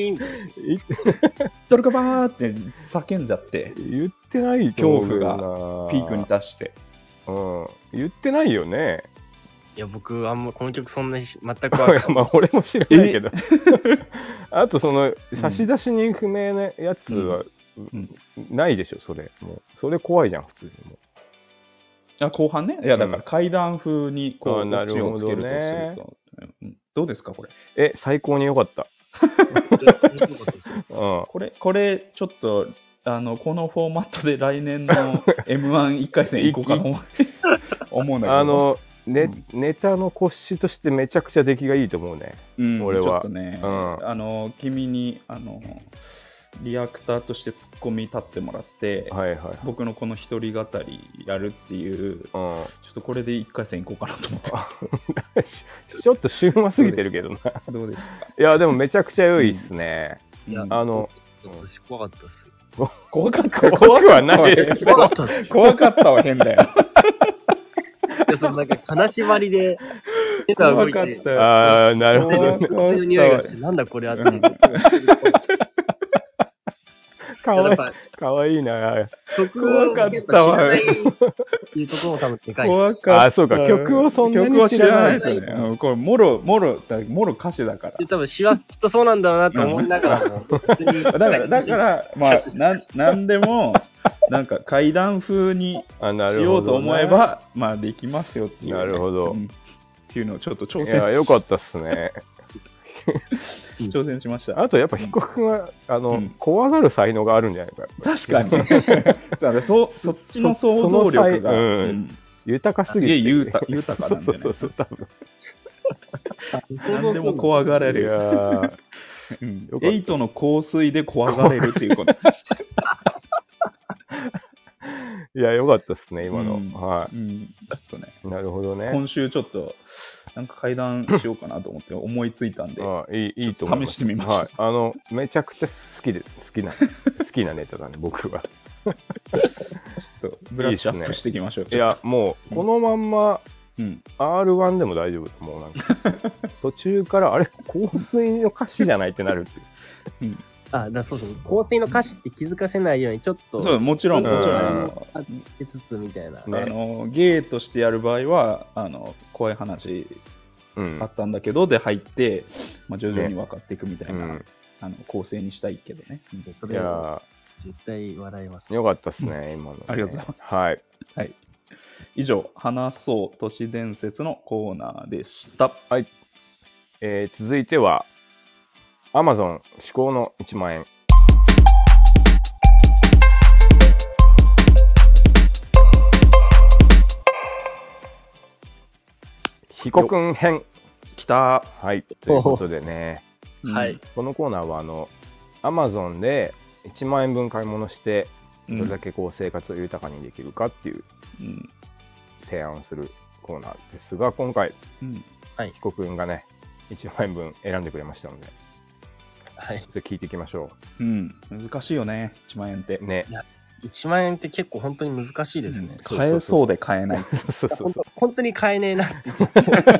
ドルガバーって叫んじゃって。 言ってない恐怖がピークに達して。 言ってないよね。 いや、僕あんまこの曲そんなに全く分かんない。 まあ俺も知らないけど。あとその差出人不明なやつはないでしょ、それ。もうそれ怖いじゃん、普通にもう。 後半ね。いや、だから階段風にこうオチをつけるとすると。どうですか、これ。 最高に良かった。 これちょっとこのフォーマットで来年の M11 回戦行こうかと思うんだけど。 ネタの骨子としてめちゃくちゃ出来がいいと思うね、俺は。 ちょっとね、君にリアクターとしてツッコミ立ってもらって、僕のこの一人語りやるっていう、ちょっとこれで1回戦行こうかなと思ってちょっと週末すぎてるけどな。 どうですか。 いやでもめちゃくちゃ良いっすね。 私怖かったっす。 怖かった怖くはない。 怖かったは変だよ。 そのなんか金縛りで手が動いて、 なるほど。 薬の匂いがして、なんだこれあって。 かわいいな。 曲をやっぱ知らないっていうところも多分でかいです。 そうか、曲をそんなに知らないですね。これもろ歌手だから。 多分詩はきっとそうなんだろうなと思いながらも、普通に。 だからまあなんでもなんか階段風にしようと思えばまあできますよっていう。 なるほど。 っていうのをちょっと挑戦。 よかったっすね。 挑戦しました。 あとやっぱ彦君は怖がる才能があるんじゃないか。 確かに。そっちの想像力が豊かすぎて。 豊かなんだよね。多分。何でも怖がれる。エイトの香水で怖がれるっていうこと。 いや、よかったっすね、今の。はい。 ちょっとね。 なるほどね。 今週ちょっと、なんか階段しようかなと思って思いついたんで、 いいと思います。 試してみました。 めちゃくちゃ好きなネタだね、僕は。 ちょっとブラッシュアップしていきましょう。 いや、もう、このまんま、R1 でも大丈夫。もうなんか、途中から、あれ、香水の歌詞じゃないってなるっていう。 そうそう。香水の歌詞って気づかせないように、ちょっと。 そう、もちろん。 あってつつみたいな。 芸としてやる場合は、怖い話あったんだけど、で入って、徐々に分かっていくみたいな、構成にしたいけどね。 いや、絶対笑います。 よかったっすね、今の。 ありがとうございます。 はい。 以上、話そう都市伝説のコーナーでした。 はい。続いては、Amazon 至高の1万円。彦君編。 きた。 はい。ということでね。 はい。 このコーナーはAmazon で1万円分買い物して、どれだけこう生活を豊かにできるかっていう提案をするコーナーですが、今回、彦君がね、1万円分選んでくれましたので、それ聞いていきましょう。難しいよね、1万円って。 ね。 1万円って結構本当に難しいですね。 買えそうで買えない。 本当に買えねえなって結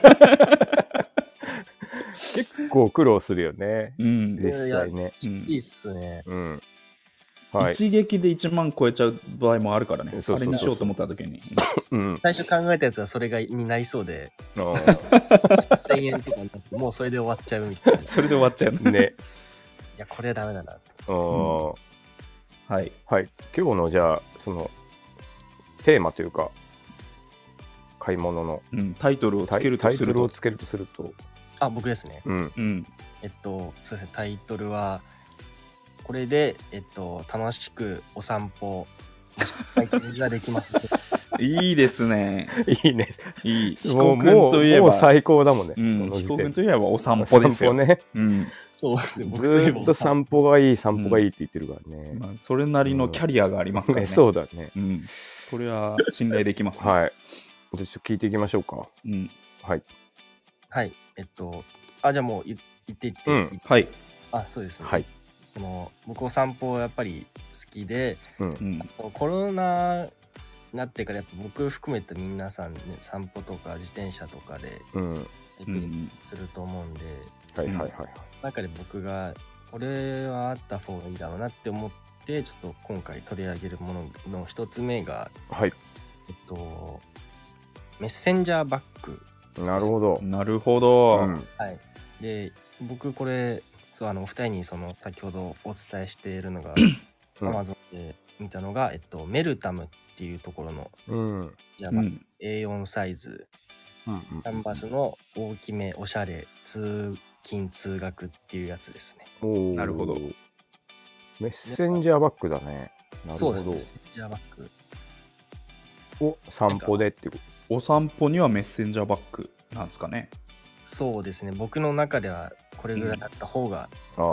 構苦労するよね。実際ね。 いいっすね。 一撃で1万超えちゃう場合もあるからね。あれにしようと思った時に。 最初考えたやつはそれになりそうで、1000円とかになってもうそれで終わっちゃうみたいな。 それで終わっちゃうね。 いや、これはダメだな。 はい。 今日のじゃあそのテーマというか買い物のタイトルをつけるとすると、 僕ですね。そうですね。タイトルはこれで楽しくお散歩ができます。 いいですね。いいね。 いい。彦君といえばもう最高だもんね。 彦君といえばお散歩ですよね。 そうですね。 ずっと散歩がいいって言ってるからね。 それなりのキャリアがありますからね。 そうだね。 これは信頼できますね。 はい。じゃあ聞いていきましょうか。はい。 はい。じゃあもう言っていって。 はい。 そうですね。 はい。 僕お散歩やっぱり好きで、コロナになってからやっぱ僕含めて皆さんね、散歩とか自転車とかですると思うんで、中で僕がこれはあった方がいいだろうなって思ってちょっと今回取り上げるものの一つ目が、メッセンジャーバッグ。 なるほど。 なるほど。 はい。で、僕これお二人に先ほどお伝えしているのがAmazon で見たのが、メルタムっていうところの、じゃあA4 サイズ、キャンバスの大きめおしゃれ通勤通学っていうやつですね。 なるほど。 メッセンジャーバッグだね。なるほど。 そうですね。メッセンジャーバッグを散歩でっていうこと。 お散歩にはメッセンジャーバッグなんですかね。 そうですね。僕の中ではこれぐらいだった方が、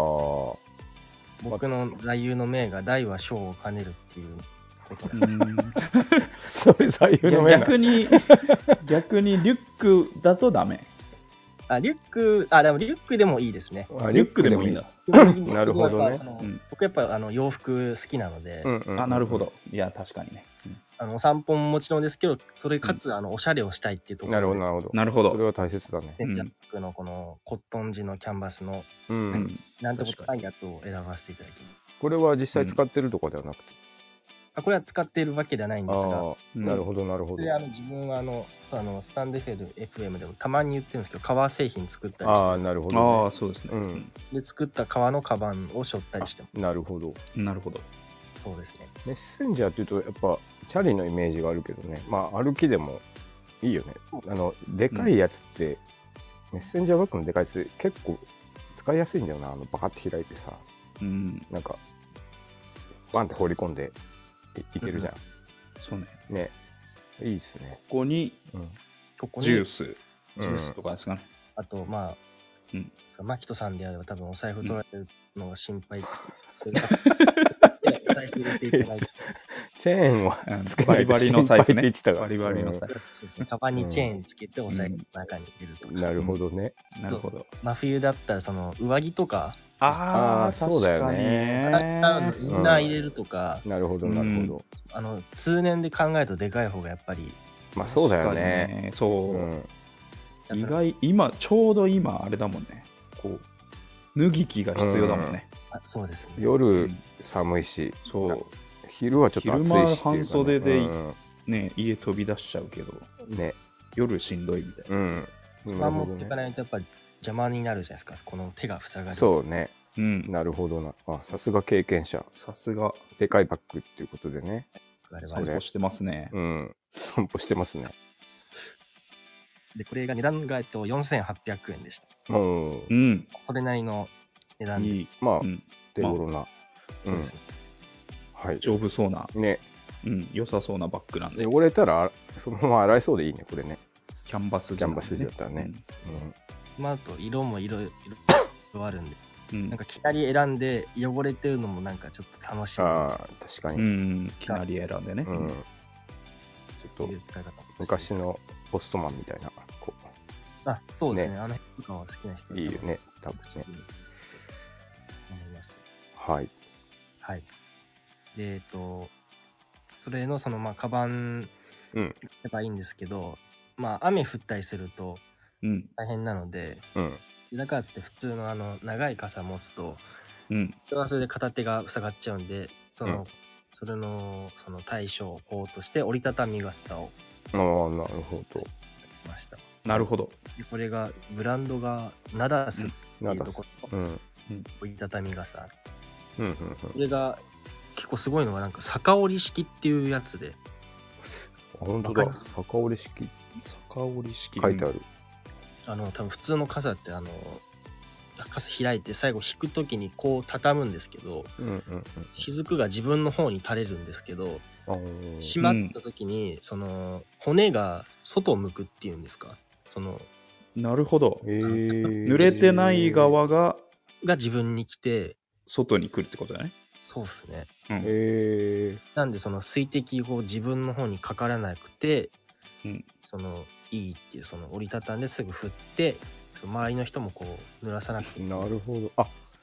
僕の座右の銘が大は小を兼ねるっていうことそれ座右の銘逆にリュックだとダメ。 リュック、でもリュックでもいいですね。 リュックでもいいんだ。 なるほどね。 僕やっぱ洋服好きなので。 なるほど。いや、確かにね。 お散歩ももちろんですけど、それかつおしゃれをしたいっていうところで。 なるほど。それは大切だね。 ジャックのこのコットン地のキャンバスの、なんてことないやつを選ばせていただきます。 これは実際使ってるとかではなくて。 これは使っているわけではないんですが、 なるほどなるほど。 で自分はスタンド FM でもたまに言ってるんですけど、革製品作ったりして、 なるほど、 そうですね。 で作った革のカバンを背負ったりしてます。 なるほど。 なるほど。 そうですね。 メッセンジャーっていうとやっぱチャリのイメージがあるけどね。まあ歩きでもいいよね。でかいやつって、メッセンジャーバッグのでかいやつ結構使いやすいんだよな。バカって開いてさ、なんかバンって放り込んでいけるじゃん。 そうね。 ね、いいですね。 ここにジュースとかですかね。 あとマキトさんであれば多分お財布取られるのが心配。お財布入れていただいて。 チェーンはバリバリの財布ね。 バリバリの財布。 そうですね。カバンにチェーンつけてお財布の中に入れるとか。 なるほどね。 なるほど。 真冬だったら上着とか。 そうだよね。 インナー入れるとか。 なるほどなるほど。通年で考えるとでかい方がやっぱり。 まあそうだよね。 そう。意外ちょうど今あれだもんね。こう脱ぎ着が必要だもんね。 そうですね。 夜寒いし、昼はちょっと暑いし、 昼間半袖でね家飛び出しちゃうけどね、 夜しんどいみたいな。 持っていかないとやっぱり邪魔になるじゃないですか。この手が塞がる。 そうね。なるほどな。さすが経験者。 さすがでかいバッグっていうことでね。 散歩してますね。 散歩してますね。 でこれが値段が4800円でした。それなりの値段で、 まあ手頃な、 そうですね。 はい。 丈夫そうなね、 良さそうなバッグなんで。 汚れたらそのまま洗えそうでいいね、これね。 キャンバス地だったらね。 あと色もいろいろあるんで、なんかきなり選んで汚れてるのもなんかちょっと楽しみ。 確かに。 きなり選んでね。 ちょっと昔のポストマンみたいな。 そうですね。辺とかは好きな人いいよね、多分ね。 思います。 はい。 はい。で、それのカバンやればいいんですけど、雨降ったりすると大変なので、だからって普通の長い傘持つと、それはそれで片手が塞がっちゃうんで、それの対処法として折りたたみ傘を。 なるほど。 なるほど。 これがブランドがナダスっていうところの折りたたみ傘。これが結構すごいのがなんか逆折り式っていうやつで。 本当だ。逆折り式。 逆折り式。 書いてある。 多分普通の傘って傘開いて最後引くときにこう畳むんですけど、雫が自分の方に垂れるんですけど、閉まったときに骨が外を向くっていうんですか。 なるほど。濡れてない側が自分に来て外に来るってことだね。 そうっすね。 なんで水滴を自分の方にかからなくて、いいっていう折りたたんですぐ振って周りの人もこう濡らさなくていい。 なるほど。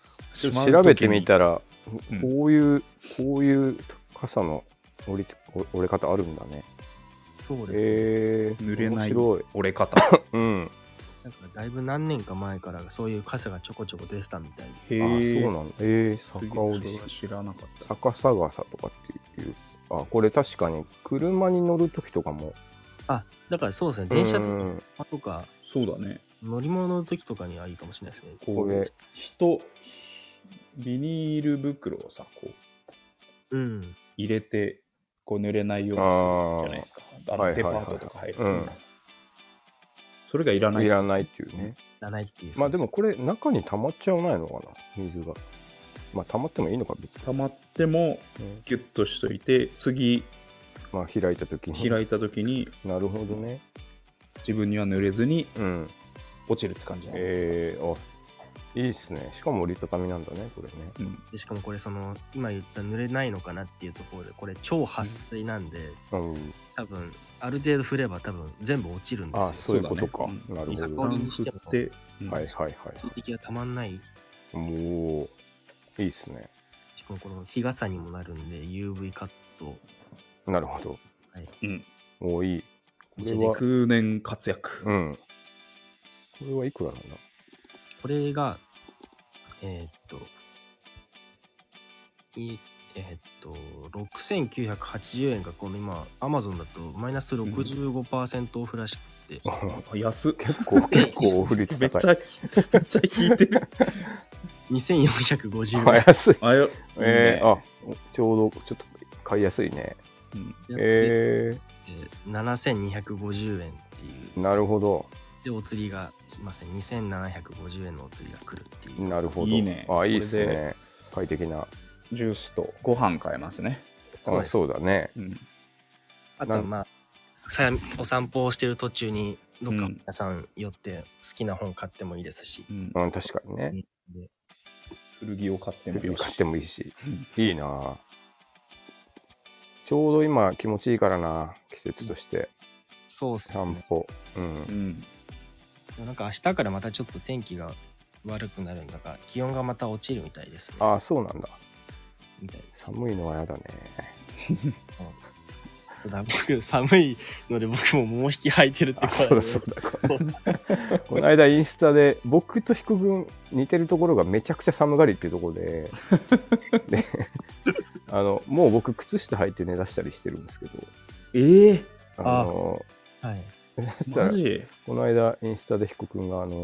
調べてみたら、こういう傘の折れ方あるんだね。 そうですね。濡れない折れ方。 うん。なんかだいぶ何年か前からそういう傘がちょこちょこ出てたみたいで。 あ、そうなんだ。逆折り。 知らなかった。 逆さ傘とかっていう。あ、これ確かに車に乗るときとかも。 あ、だからそうですね。電車とか。 そうだね。 乗り物の時とかにはいいかもしれないですね。 これビニール袋をさ、こう、 入れてこう濡れないようにするじゃないですか。デパートとか入る、それがいらない。 いらないっていうね。 いらないっていう。 まあでもこれ中に溜まっちゃわないのかな、水が。まあ溜まってもいいのか、別に。 溜まってもギュッとしといて、次、 まあ開いた時に。 なるほどね。 自分には濡れずに落ちるって感じなんですか。 いいっすね。しかも折りたたみなんだね、これね。 でしかもこれ今言った濡れないのかなっていうところで、これ超撥水なんで、多分ある程度振れば多分全部落ちるんですよ。 そういうことか。なるほど。 逆折りにしても水滴がたまんない。 もういいっすね。 しかもこの日傘にもなるんで UV カット。 なるほど。いい。 これは数年活躍。 これはいくらなんだ。 これが6980円がこの今 Amazon だとマイナス 65% オフらしくて、 安っ。 結構オフ率高い。 めっちゃ引いてる。 2450円。 安い。ちょうどちょっと買いやすいね。 7250円っていう。 なるほど。 でお釣りがすみません、2750円のお釣りが来るっていう。 なるほど。 いいね。 いいっすね。快適なジュースとご飯買えますね。 そうだね。 あとはまあお散歩をしてる途中にどっか皆さん寄って好きな本買ってもいいですし。 確かにね。 古着を買ってもいいし。いいな。ちょうど今気持ちいいからな、季節として。 そうっすね。 散歩。 なんか明日からまたちょっと天気が悪くなるんだが、気温がまた落ちるみたいですね。 そうなんだ。 みたいです。 寒いのはやだね。 そうだ、僕寒いので僕も桃引き履いてるってことで。そうだ。この間インスタで僕と彦君似てるところがめちゃくちゃ寒がりっていうところで、もう僕靴下履いて寝だしたりしてるんですけど。 はい。 マジ？ この間インスタで彦君が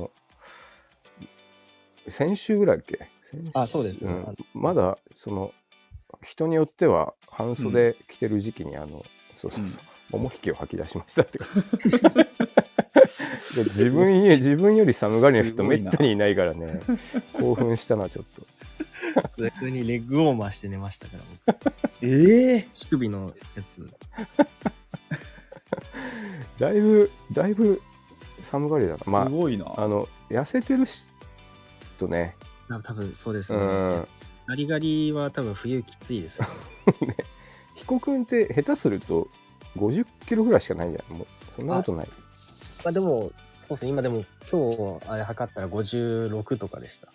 先週ぐらいだっけ？ そうですね。 まだ人によっては半袖着てる時期に桃引きを吐き出しましたって自分より寒がりの人めったにいないからね、興奮したなちょっと。 普通にレッグウォーマーして寝ましたから僕。乳首のやつ。 だいぶ寒がりだな。 すごいな。 痩せてる人ね。 多分そうですね。ガリガリは多分冬きついですよね。 彦君って下手すると50キロぐらいしかないんじゃない？もうそんなことない。 でもそうですね。今でも今日あれ測ったら56とかでした。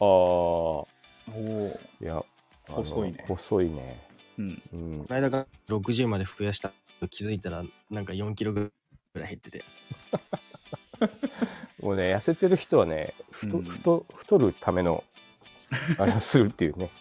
いや細いね。 細いね。 この間が60まで増やした気づいたらなんか4キロぐらい減ってて。 もうね、痩せてる人はね、太るためのするっていうね。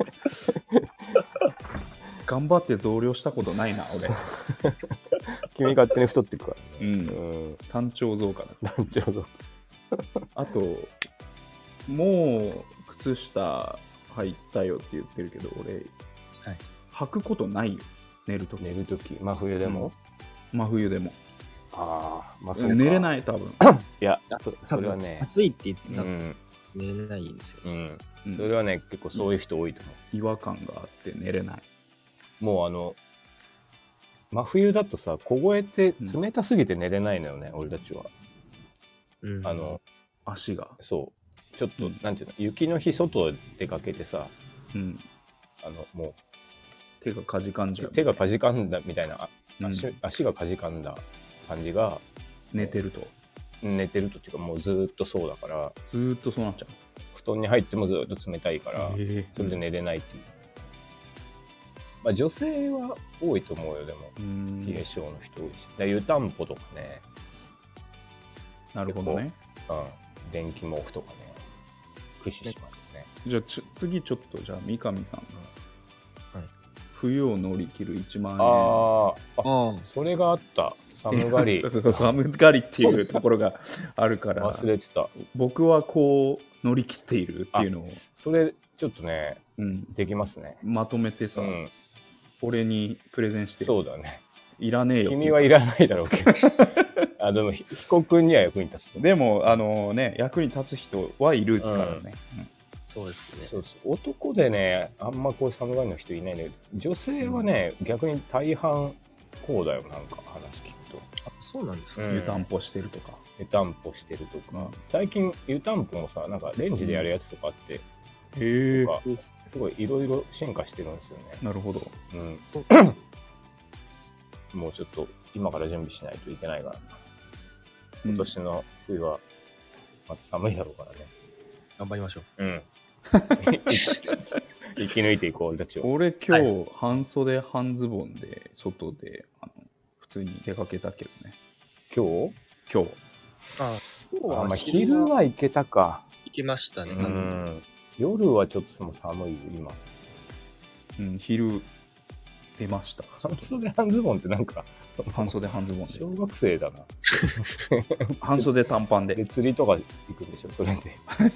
頑張って増量したことないな俺。 君勝手に太っていくからね。単調増加だ。 単調増加。あともう靴下履いたよって言ってるけど俺、履くことないよ。寝るとき。 真冬でも。 真冬でも。 寝れない多分。 いやそれはね、 暑いって言ってたら寝れないですよ。 それはね結構そういう人多いと思う。 違和感があって寝れない。 もう真冬だとさ、凍えて冷たすぎて寝れないのよね、俺たちは。 足がそうちょっと、なんていうの、雪の日外出かけてさ、もう手がかじかんじゃう。 手がかじかんだみたいな、足がかじかんだ感じが寝てるとっていうかもうずっとそうだから、 ずっとそうなっちゃう。 布団に入ってもずっと冷たいから、それで寝れないっていう。まあ女性は多いと思うよ、でも。冷え性の人多いし。湯たんぽとかね。 なるほどね。 電気毛布とかね、駆使しますよね。 じゃあ次ちょっと、じゃあ三上さんが、冬を乗り切る1万円。それがあった。寒がり。 寒がりっていうところがあるから、 忘れてた。 僕はこう乗り切っているっていうのを。 それちょっとね、できますね。 まとめてさ、俺にプレゼンして。 そうだね。 いらねえよ。 君はいらないだろうけど。でも、彦君には役に立つと。 でも、役に立つ人はいるからね。 そうですね。 そうそう。男でね、あんまこう寒がりの人いないんだけど、女性はね、逆に大半こうだよ、なんか話聞くと。 そうなんですか。 湯たんぽしてるとか。 湯たんぽしてるとか。最近、湯たんぽもさ、なんかレンジでやるやつとかあって、 へえ。 すごいいろいろ進化してるんですよね。 なるほど。 もうちょっと今から準備しないといけないから。今年の冬はまた寒いだろうからね。 頑張りましょう。 生き抜いていこう、俺たちは。 俺今日、半袖半ズボンで外で普通に出かけたけどね。 今日。 まあ昼は行けたか。 行けましたね。多分夜はちょっと寒いよ今。 昼出ました。 半袖半ズボンってなんか半袖半ズボンで小学生だな。 半袖短パンで釣りとか行くんでしょそれで。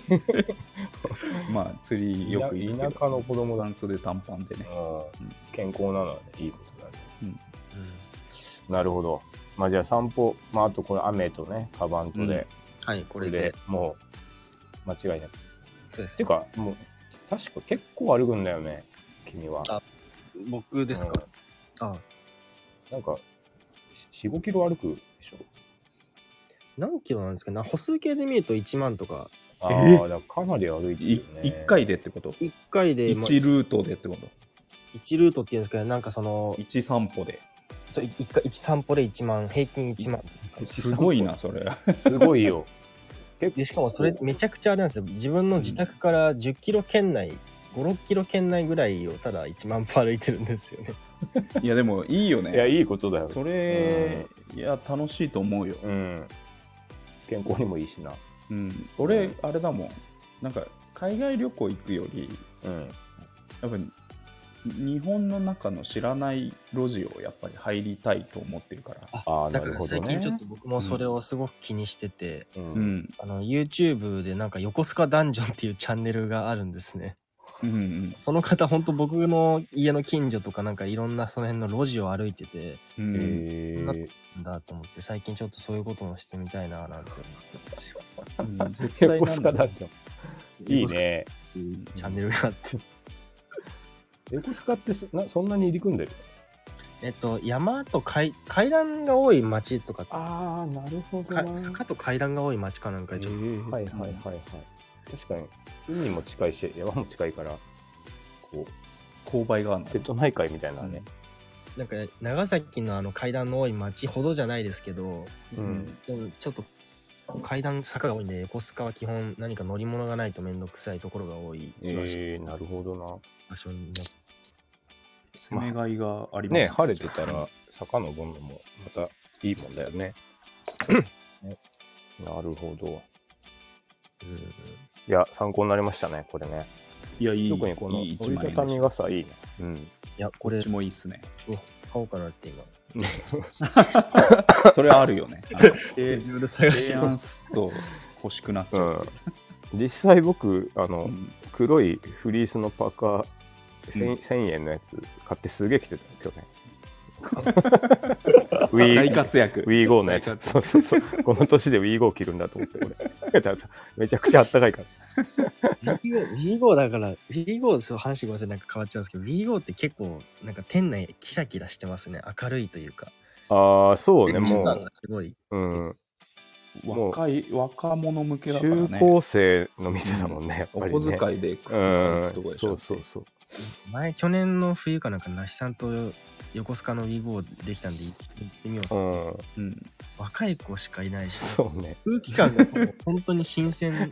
まあ釣りよく行くけど田舎の子供だ。 半袖短パンでね。 健康なのはねいいことだね。なるほど。まあじゃあ散歩、あとこれ雨とねカバンとで、 これでもう間違いなく。 そうです。 っていうかもう確か結構歩くんだよね君は。 僕ですか。 なんか4、5キロ歩くでしょ。 何キロなんですかね。歩数計で見ると1万とか。 だからかなり歩いてるよね。 1回でってこと ？1回で 1ルートでってこと ？1ルートっていうんですけど、なんかその 1散歩で。 そう、1散歩で1万、平均1万ですかね。 すごいなそれ。 すごいよ。 でしかもそれめちゃくちゃあれなんですよ。自分の自宅から10キロ圏内、5、6キロ圏内ぐらいをただ1万歩歩いてるんですよね。 いやでもいいよね。 いやいいことだよ。 それ、いや楽しいと思うよ。 健康にもいいしな。 俺あれだもん。なんか海外旅行行くより、やっぱり日本の中の知らない路地をやっぱり入りたいと思ってるから。 だから最近ちょっと僕もそれをすごく気にしてて、YouTube でなんか横須賀ダンジョンっていうチャンネルがあるんですね。その方本当僕の家の近所とかなんかいろんなその辺の路地を歩いてて、なんだと思って最近ちょっとそういうこともしてみたいななんて思ってるんですよ。 横須賀ダンジョン。いいね。 チャンネルがあって。 横須賀ってそんなに入り組んでる？ 山と階段が多い町とか。 なるほど。 坂と階段が多い町かなんかちょっと。 はい。確かに海も近いし山も近いからこう勾配がある瀬戸内海みたいなね。 なんか長崎の階段の多い町ほどじゃないですけど、でもちょっと階段坂が多いんで横須賀は基本何か乗り物がないと面倒くさいところが多い気がします。 なるほどな。 場所に攻めがいがありますね。晴れてたら坂登るのもまたいいもんだよね。なるほど。いや参考になりましたねこれね。 いやいい。 特にこの折りたたみ傘いいね。 いやこれもいいっすね。 買おうかなって今。 それはあるよね。 スケジュール探してます。と欲しくなっちゃう。 実際僕黒いフリースのパーカー1000円のやつ買ってすげえ着てたよ今日ね。 大活躍。 WeGo のやつ。そうこの年で WeGo 着るんだと思ってこれめちゃくちゃあったかいから。 WeGo だから WeGo そう話ごめんなさいなんか変わっちゃうんですけど WeGo って結構なんか店内キラキラしてますね。明るいというか。 そうねもうすごい。 若者向けだからね。 中高生の店だもんね、やっぱりね。 お小遣いでそう前去年の冬かなんか那須さんと横須賀の WeGo できたんで行ってみよう。若い子しかいないし、 そうね、 空気感が本当に新鮮。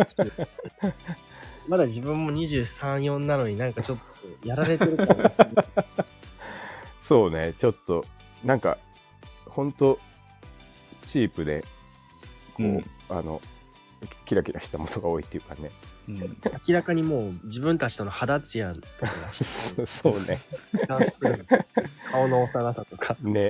まだ自分も23、4なのになんかちょっとやられてる感がする。 そうね、ちょっとなんか本当チープでこう、キラキラしたものが多いっていうかね、 明らかにもう自分たちとの肌ツヤとかがそうね、 顔の幼さとかね。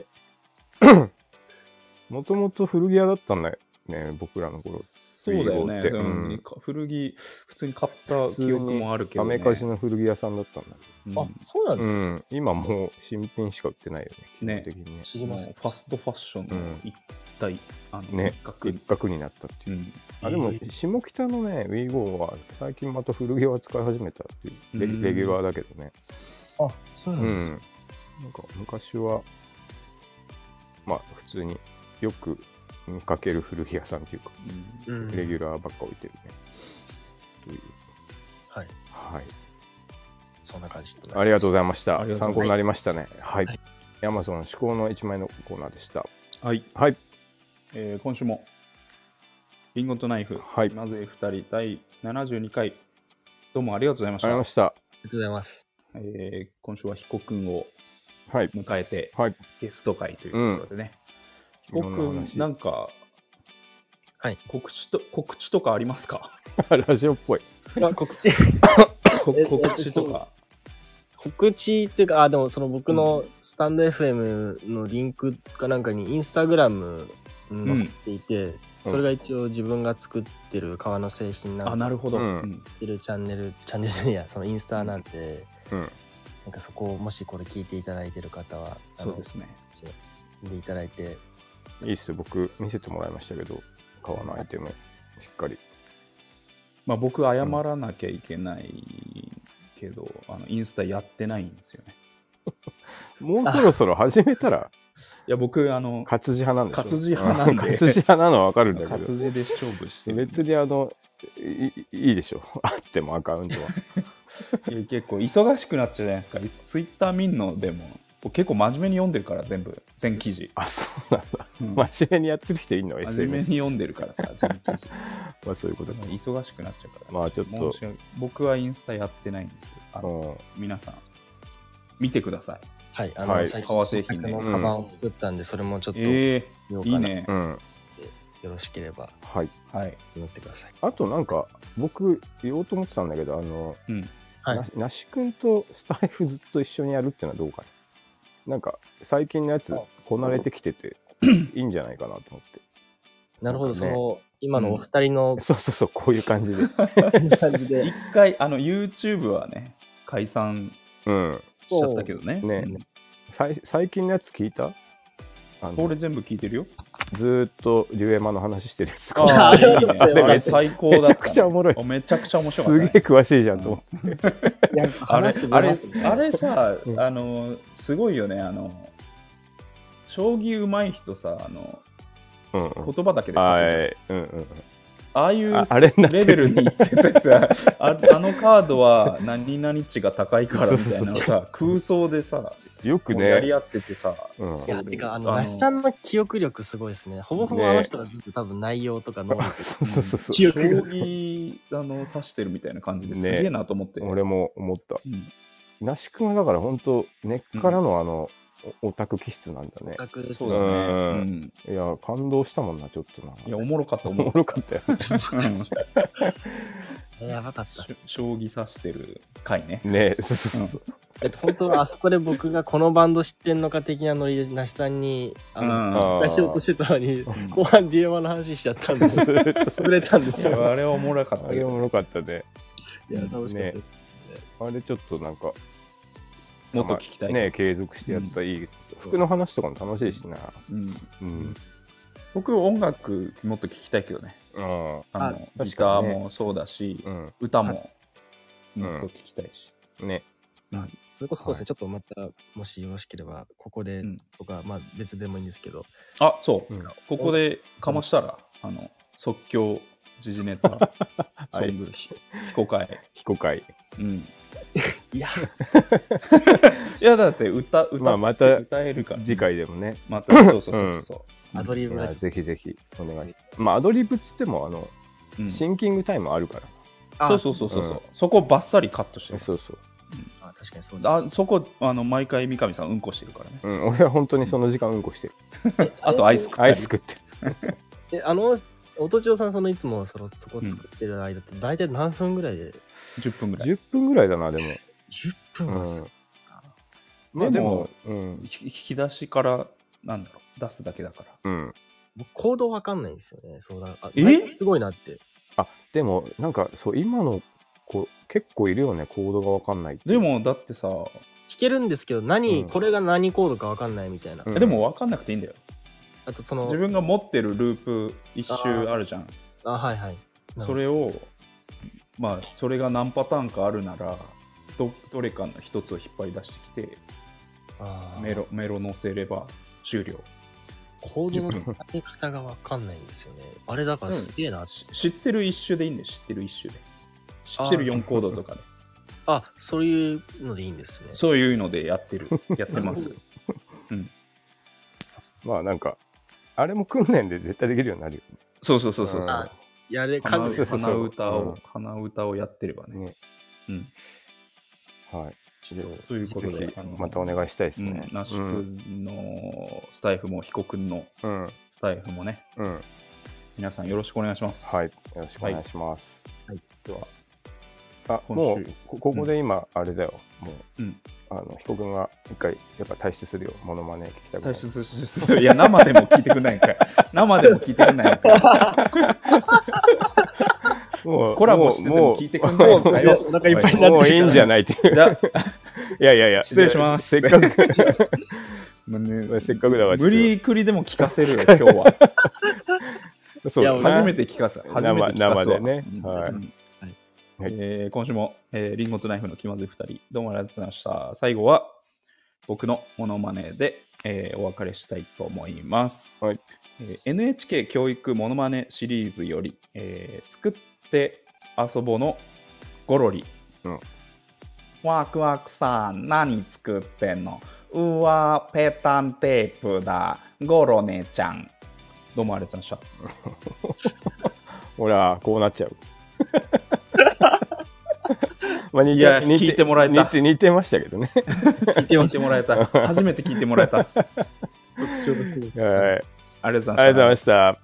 もともと古着屋だったんだよね、僕らの頃。 そうだよね、古着普通に買った記憶もあるけど、ね、 アメカジの古着屋さんだったんだけど、あ、そうなんですか、 今もう新品しか売ってないよね、 基本的にね。 知りません。 ファストファッションの一体、 一角になったっていう。でも下北のね WeGo は最近また古着を扱い始めたっていうレギュラーだけどね。 あ、そうなんですか。 なんか昔はまあ普通によく見かける古着屋さんっていうか、レギュラーばっか置いてるねという。 はい、 はい、 そんな感じありがとうございました。参考になりましたね。はい、Amazon 思考の1枚のコーナーでした。 はい、 はい。 今週もリンゴとナイフ、まず2人第72回どうもありがとうございました。 ありがとうございます。 今週は彦くんを迎えて、ゲスト会ということでね、彦くんなんか、告知とかありますか？ ラジオっぽい。 告知告知とか。 告知っていうか、でもその僕のスタンド FM のリンクかなんかにインスタグラム載せていて、それが一応自分が作ってる革の製品なんか、 なるほど。 てるチャンネルじゃねえや、そのインスタなんで、なんかそこをもしこれ聞いていただいてる方は、 そうですね。 見ていただいて。 いいっすよ、僕見せてもらいましたけど、革のアイテムしっかり。 まあ僕謝らなきゃいけないけど、インスタやってないんですよね。 もうそろそろ始めたら。 いや僕活字派なんでしょ。 活字派なんで。 活字派なのは分かるんだけど。 活字で勝負してる。 別にいいでしょ。あってもアカウントは。 結構忙しくなっちゃうじゃないですか。ツイッター見んのでも結構真面目に読んでるから全記事。 あ、そうなんだ。真面目にやってる人いるの？ 真面目に読んでるからさ、全記事。 まあそういうことで忙しくなっちゃうから。 まあちょっと僕はインスタやってないんですよ。皆さん見てください。 はい、最近製品のカバンを作ったんで、それもちょっといいね。 よろしければはい乗ってください。 あとなんか僕言おうと思ってたんだけど、なし君とスタイフずっと一緒にやるっていうのはどうかな。なんか最近のやつこなれてきてていいんじゃないかなと思って。 なるほど、その今のお二人の、 そうこういう感じで一回YouTube はね解散しちゃったけどね。 最近のやつ聞いた？ 俺全部聞いてるよ。 ずっとデュエマの話してるやつ。 あれ最高だった。 めちゃくちゃおもろい。 めちゃくちゃ面白かった。 すげえ詳しいじゃんと思って。 あれさ、すごいよね。将棋上手い人さ、言葉だけで指すじゃん。ああいうレベルにいってたやつはあのカードは何々値が高いからみたいなのさ空想でさよくねやり合っててさ、 いやてか那須さんの記憶力すごいですね。ほぼほぼあの人がずっと多分内容とか能力記憶将棋指してるみたいな感じですげえなと思って、 俺も思った。那須君はだから本当根っからのオタク気質なんだね。 オタクですそうだね。 いや感動したもんなちょっとな。 いやおもろかったおもろかったよ。 やばかった。 将棋指してる回ね。 ね。 本当あそこで僕がこのバンド知ってんのか的なノリで那須さんに出しようとしてたのに後半ディエマの話しちゃったんで潰れたんですよ。 あれはおもろかった。 あれおもろかったね。 いや楽しかったです。 あれちょっとなんかもっと聞きたいね。継続してやったらいい。服の話とかも楽しいしな。 僕音楽もっと聞きたいけどね。ギターもそうだし、歌ももっと聞きたいし。 ね。 それこそそうですね。ちょっとまたもしよろしければここでとかまあ別でもいいんですけど。 あ、そう。ここでかましたら即興時事ネタソング非公開。 非公開。 いややだってまた歌えるから、 次回でもね。 またそう、 アドリブがぜひぜひお願い。アドリブっつってもシンキングタイムあるから。 そう、そこバッサリカットしてる。 そう確かにそうだ。 そこ毎回三上さんうんこしてるからね。 俺は本当にその時間うんこしてる。 あとアイス食ってる。音千代さんいつもそこ作ってる間って大体何分ぐらいで ？10分ぐらい。 10分ぐらいだな、でも。 10分はすでも引き出しから出すだけだから。 僕コードわかんないんですよね。すごいなって。 でも今の子結構いるよね、コードがわかんないって。 でもだってさ、 弾けるんですけどこれが何コードかわかんないみたいな。 でもわかんなくていいんだよ。 あと自分が持ってるループ一周あるじゃん。 はいはい。 それをそれが何パターンかあるならどれかの一つを引っ張り出してきてメロ乗せれば終了。 コードの使い方がわかんないんですよね。あれだからすげえな。 知ってる一周でいいんだよ。知ってる一周で。知ってる4コードとかで。 そういうのでいいんですね。 そういうのでやってます。 あれも訓練で絶対できるようになるよね。 そう。鼻歌をやってればね。 はい。 ということでまたお願いしたいですね。 那須君のスタイフも彦君のスタイフもね、皆さんよろしくお願いします。 はい、よろしくお願いします。 ではもうここで今あれだよ。もう彦君が一回やっぱ退出するよ。モノマネ聞きたくない。 退出する。いや生でも聞いてくんないかい。生でも聞いてくんないかい。コラボしてても聞いてくんないのかよ。 お腹いっぱいになってるから。 もういいんじゃないっていう。いや失礼します。 せっかくせっかくだから無理くりでも聞かせるよ今日は。初めて聞かす。 生でね。 今週もリンゴとナイフの気まずい2人どうもありがとうございました。最後は僕のモノマネでお別れしたいと思います。NHK 教育モノマネシリーズより作って遊ぼのゴロリ。ワクワクさん何作ってんの？うわペタンテープだゴロネちゃん。どうもありがとうございました。 ほらこうなっちゃう。 いや聞いてもらえた。 似てましたけどね。 聞いてもらえた。初めて聞いてもらえた。 特徴ですね。はい。 ありがとうございました。 ありがとうございました。